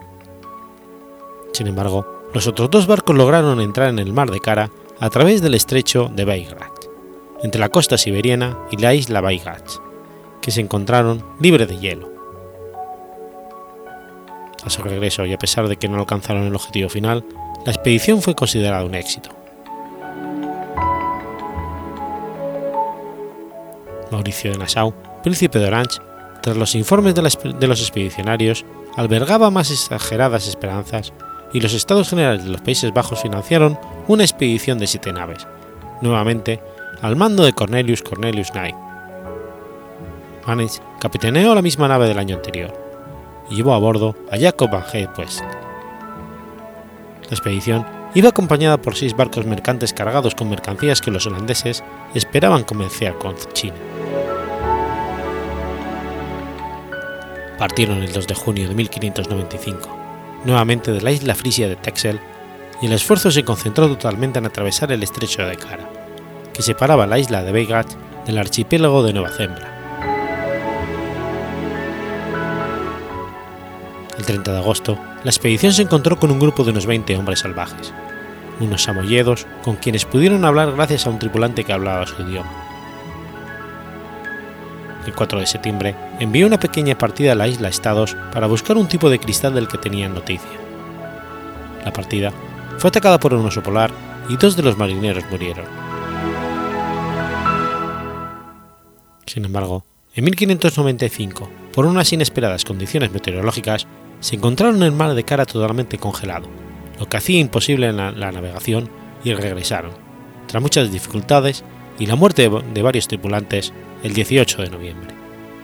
S1: Sin embargo, los otros 2 barcos lograron entrar en el mar de Kara a través del estrecho de Beirat, entre la costa siberiana y la isla Baigat, que se encontraron libre de hielo. A su regreso y a pesar de que no alcanzaron el objetivo final, la expedición fue considerada un éxito. Mauricio de Nassau, príncipe de Orange, tras los informes de los expedicionarios, albergaba más exageradas esperanzas y los Estados Generales de los Países Bajos financiaron una expedición de 7 naves, nuevamente al mando de Cornelis Ny. Barents capitaneó la misma nave del año anterior y llevó a bordo a Jacob van Heijwest. La expedición iba acompañada por 6 barcos mercantes cargados con mercancías que los holandeses esperaban comerciar con China. Partieron el 2 de junio de 1595, nuevamente de la isla frisia de Texel, y el esfuerzo se concentró totalmente en atravesar el estrecho de Kara, que separaba la isla de Beigat del archipiélago de Nueva Zembra. El 30 de agosto, la expedición se encontró con un grupo de unos 20 hombres salvajes, unos samoyedos con quienes pudieron hablar gracias a un tripulante que hablaba su idioma. El 4 de septiembre envió una pequeña partida a la isla Estados para buscar un tipo de cristal del que tenían noticia. La partida fue atacada por un oso polar y 2 de los marineros murieron. Sin embargo, en 1595, por unas inesperadas condiciones meteorológicas, se encontraron el mar de cara totalmente congelado, lo que hacía imposible la navegación, y regresaron, tras muchas dificultades y la muerte de varios tripulantes, el 18 de noviembre.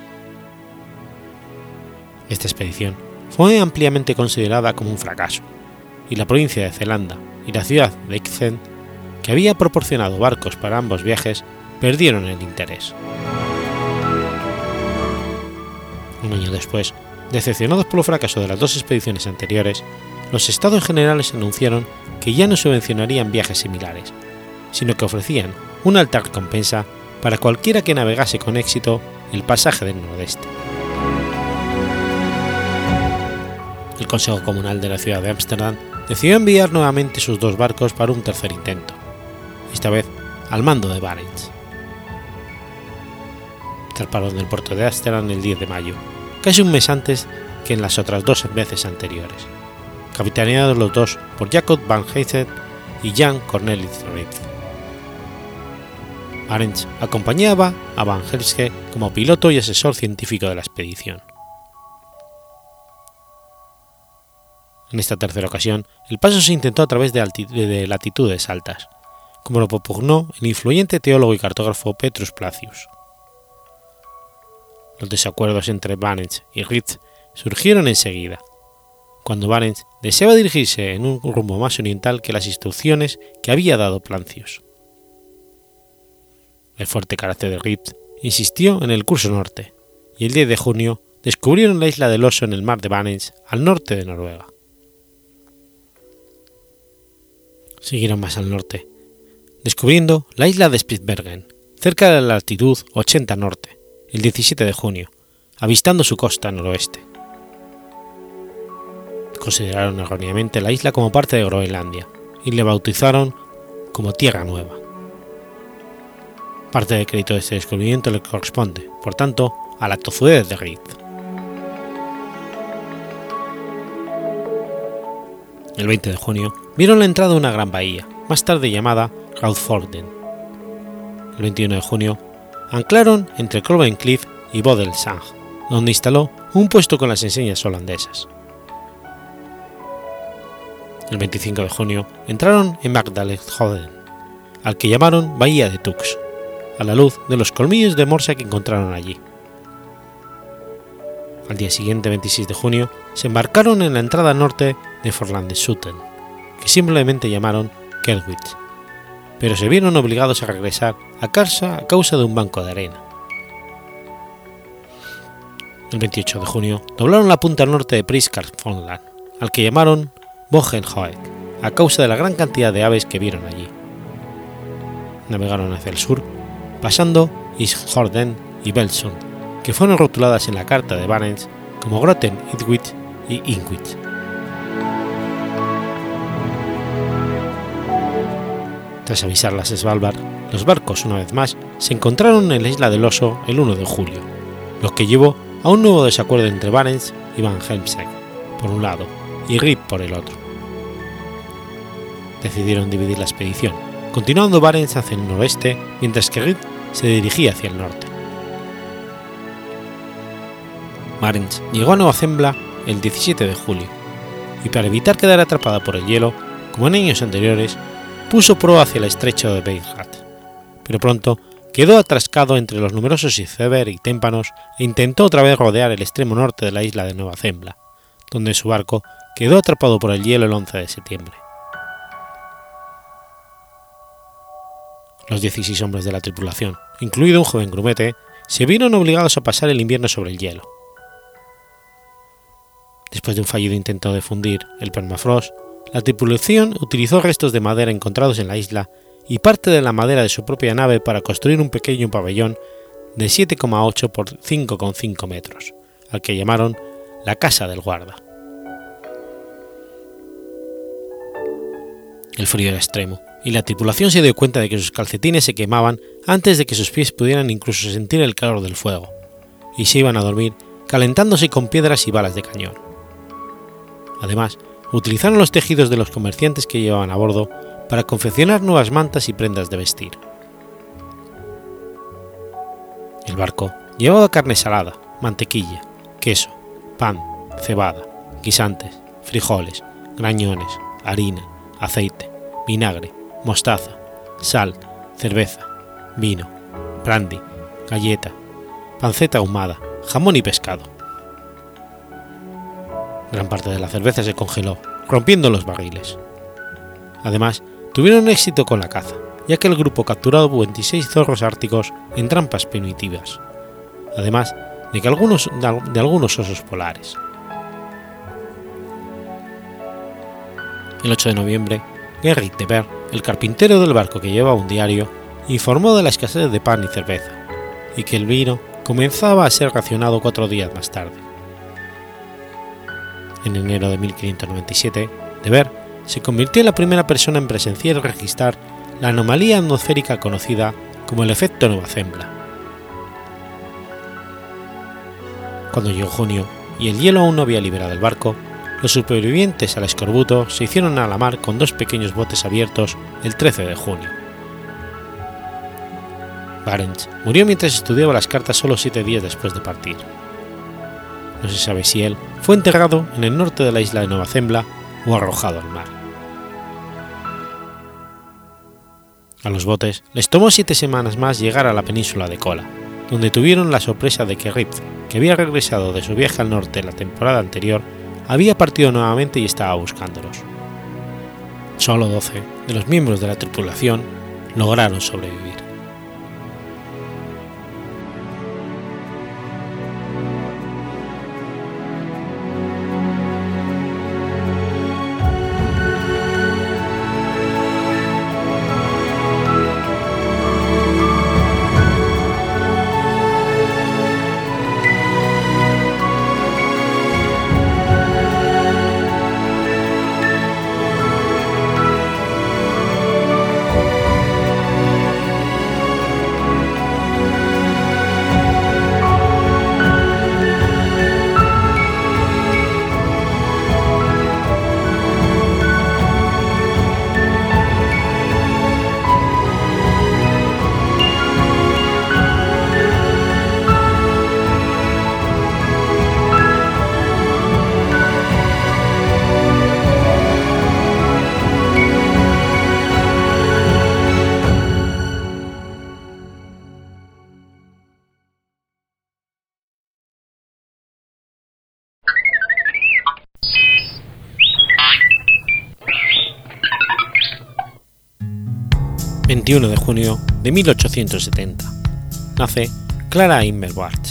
S1: Esta expedición fue ampliamente considerada como un fracaso, y la provincia de Zelanda y la ciudad de Ikzen, que había proporcionado barcos para ambos viajes, perdieron el interés. Un año después, decepcionados por el fracaso de las 2 expediciones anteriores, los Estados Generales anunciaron que ya no subvencionarían viajes similares, sino que ofrecían una alta recompensa para cualquiera que navegase con éxito el pasaje del nordeste. El Consejo Comunal de la ciudad de Ámsterdam decidió enviar nuevamente sus 2 barcos para un tercer intento, esta vez al mando de Barents. Zarparon del puerto de Ámsterdam el 10 de mayo, casi un mes antes que en las otras 2 veces anteriores, capitaneados los 2 por Jacob van Heijden y Jan Cornelis Ritz. Barents acompañaba a Van Heijden como piloto y asesor científico de la expedición. En esta tercera ocasión, el paso se intentó a través de latitudes altas, como lo propugnó el influyente teólogo y cartógrafo Petrus Placius. Los desacuerdos entre Barents y Ritz surgieron enseguida, cuando Barents deseaba dirigirse en un rumbo más oriental que las instrucciones que había dado Plancius. El fuerte carácter de Ritz insistió en el curso norte, y el 10 de junio descubrieron la isla del Oso en el mar de Barents, al norte de Noruega. Siguieron más al norte, descubriendo la isla de Spitsbergen, cerca de la latitud 80 norte, el 17 de junio, avistando su costa noroeste. Consideraron erróneamente la isla como parte de Groenlandia y le bautizaron como Tierra Nueva. Parte del crédito de este descubrimiento le corresponde, por tanto, a la tozudez de Ritz. El 20 de junio vieron la entrada de una gran bahía, más tarde llamada Raudfjorden. El 21 de junio anclaron entre Cloven Cliff y Bodelsang, donde instaló un puesto con las enseñas holandesas. El 25 de junio entraron en Magdalena, al que llamaron Bahía de Tux, a la luz de los colmillos de morsa que encontraron allí. Al día siguiente, 26 de junio, se embarcaron en la entrada norte de Forlandsuten, que simplemente llamaron Kerwitz, pero se vieron obligados a regresar a casa a causa de un banco de arena. El 28 de junio doblaron la punta norte de Priskarfonland, al que llamaron Bogenhoek, a causa de la gran cantidad de aves que vieron allí. Navegaron hacia el sur, pasando Ishorden y Belsund, que fueron rotuladas en la carta de Barents como Grotten Idwit y Ingwit. Tras avisar las Svalbard, los barcos una vez más se encontraron en la isla del Oso el 1 de julio, lo que llevó a un nuevo desacuerdo entre Barents y Van Heijden por un lado y Ritz por el otro. Decidieron dividir la expedición, continuando Barents hacia el noroeste mientras que Ritz se dirigía hacia el norte. Barents llegó a Nueva Zembla el 17 de julio, y para evitar quedar atrapada por el hielo, como en años anteriores, puso proa hacia el estrecho de Beirut, pero pronto quedó atascado entre los numerosos icebergs y témpanos e intentó otra vez rodear el extremo norte de la isla de Nueva Zembla, donde su barco quedó atrapado por el hielo el 11 de septiembre. Los 16 hombres de la tripulación, incluido un joven grumete, se vieron obligados a pasar el invierno sobre el hielo. Después de un fallido intento de fundir el permafrost, la tripulación utilizó restos de madera encontrados en la isla y parte de la madera de su propia nave para construir un pequeño pabellón de 7,8 por 5,5 metros, al que llamaron la Casa del Guarda. El frío era extremo, y la tripulación se dio cuenta de que sus calcetines se quemaban antes de que sus pies pudieran incluso sentir el calor del fuego, y se iban a dormir calentándose con piedras y balas de cañón. Además, utilizaron los tejidos de los comerciantes que llevaban a bordo para confeccionar nuevas mantas y prendas de vestir. El barco llevaba carne salada, mantequilla, queso, pan, cebada, guisantes, frijoles, grañones, harina, aceite, vinagre, mostaza, sal, cerveza, vino, brandy, galleta, panceta ahumada, jamón y pescado. Gran parte de la cerveza se congeló, rompiendo los barriles. Además, tuvieron éxito con la caza, ya que el grupo capturó 26 zorros árticos en trampas primitivas, además de algunos osos polares. El 8 de noviembre, Gerrit de Ver, el carpintero del barco que llevaba un diario, informó de la escasez de pan y cerveza, y que el vino comenzaba a ser racionado 4 días más tarde. En enero de 1597, de Ver se convirtió en la primera persona en presenciar y registrar la anomalía atmosférica conocida como el efecto Nova Zembla. Cuando llegó junio y el hielo aún no había liberado el barco, los supervivientes al escorbuto se hicieron a la mar con 2 pequeños botes abiertos el 13 de junio. Barents murió mientras estudiaba las cartas solo 7 días después de partir. No se sabe si él fue enterrado en el norte de la isla de Nova Zembla o arrojado al mar. A los botes les tomó 7 semanas más llegar a la península de Kola, donde tuvieron la sorpresa de que Rip, que había regresado de su viaje al norte la temporada anterior, había partido nuevamente y estaba buscándolos. Solo 12 de los miembros de la tripulación lograron sobrevivir. El 21 de junio de 1870 nace Clara Immerwahr.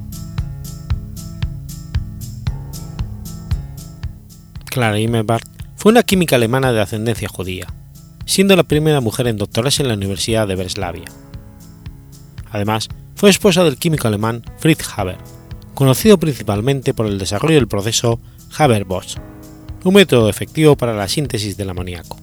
S1: Clara Immerwahr fue una química alemana de ascendencia judía, siendo la primera mujer en doctorarse en la Universidad de Breslavia. Además, fue esposa del químico alemán Fritz Haber, conocido principalmente por el desarrollo del proceso Haber-Bosch, un método efectivo para la síntesis del amoníaco.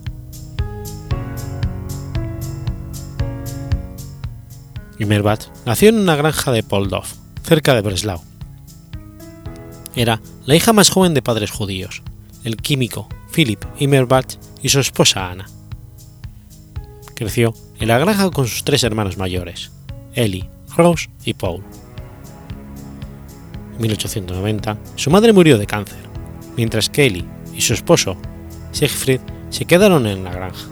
S1: Immerwahr nació en una granja de Poldorf, cerca de Breslau. Era la hija más joven de padres judíos, el químico Philipp Immerwahr y su esposa Anna. Creció en la granja con sus 3 hermanos mayores, Eli, Rose y Paul. En 1890, su madre murió de cáncer, mientras que Eli y su esposo, Siegfried, se quedaron en la granja.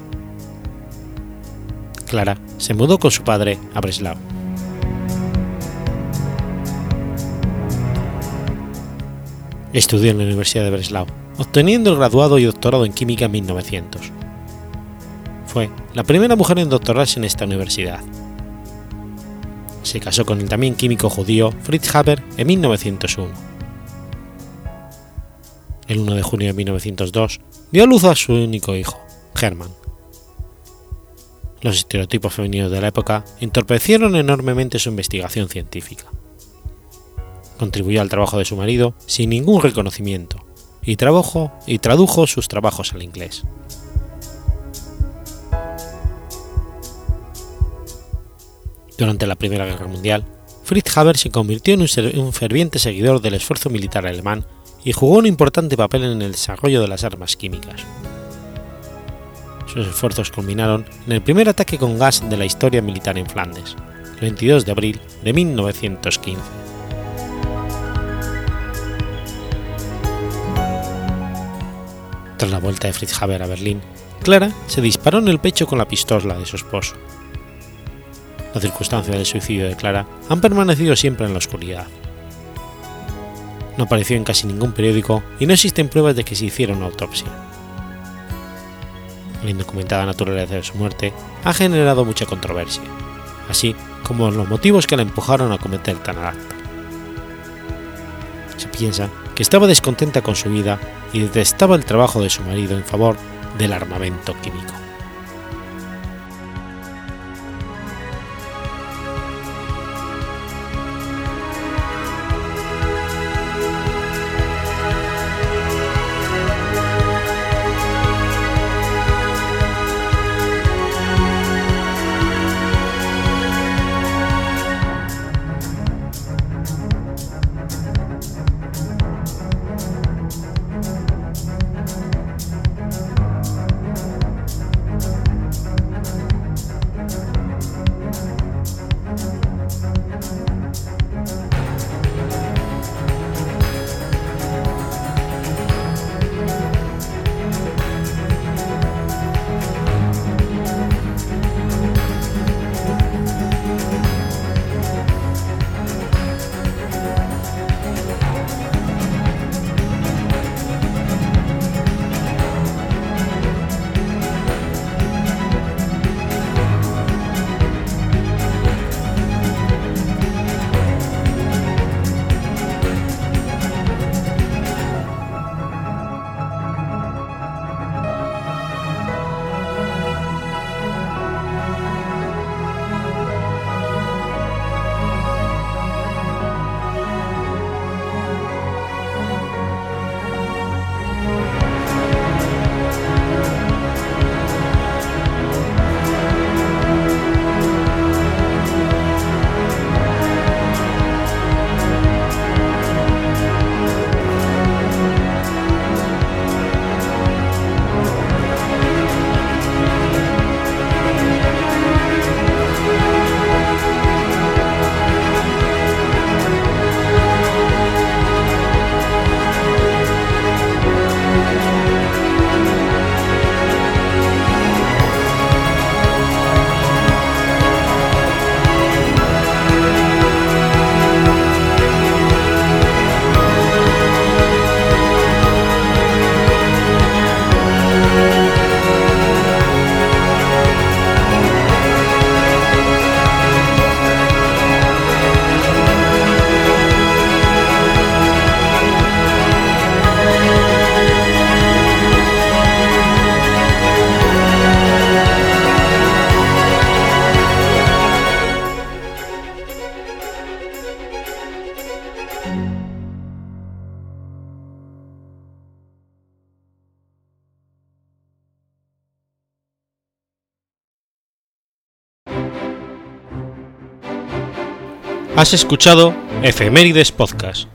S1: Clara se mudó con su padre a Breslau. Estudió en la Universidad de Breslau, obteniendo el graduado y doctorado en química en 1900. Fue la primera mujer en doctorarse en esta universidad. Se casó con el también químico judío Fritz Haber en 1901. El 1 de junio de 1902 dio a luz a su único hijo, Hermann. Los estereotipos femeninos de la época entorpecieron enormemente su investigación científica. Contribuyó al trabajo de su marido sin ningún reconocimiento y tradujo sus trabajos al inglés. Durante la Primera Guerra Mundial, Fritz Haber se convirtió en un ferviente seguidor del esfuerzo militar alemán y jugó un importante papel en el desarrollo de las armas químicas. Sus esfuerzos culminaron en el primer ataque con gas de la historia militar en Flandes, el 22 de abril de 1915. Tras la vuelta de Fritz Haber a Berlín, Clara se disparó en el pecho con la pistola de su esposo. Las circunstancias del suicidio de Clara han permanecido siempre en la oscuridad. No apareció en casi ningún periódico y no existen pruebas de que se hiciera una autopsia. La indocumentada naturaleza de su muerte ha generado mucha controversia, así como los motivos que la empujaron a cometer tal acto. Se piensa que estaba descontenta con su vida y detestaba el trabajo de su marido en favor del armamento químico.
S2: Has escuchado Efemérides Podcast.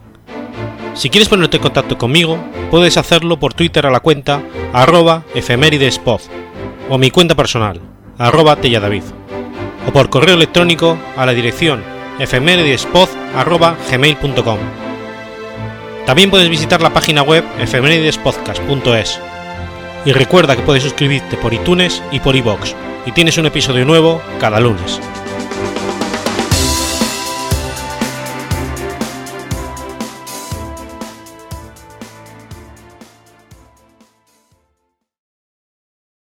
S2: Si quieres ponerte en contacto conmigo, puedes hacerlo por Twitter a la cuenta @efemeridespod o a mi cuenta personal @telladavid, o por correo electrónico a la dirección efemeridespod@gmail.com. También puedes visitar la página web efemeridespodcast.es. Y recuerda que puedes suscribirte por iTunes y por iVoox, y tienes un episodio nuevo cada lunes.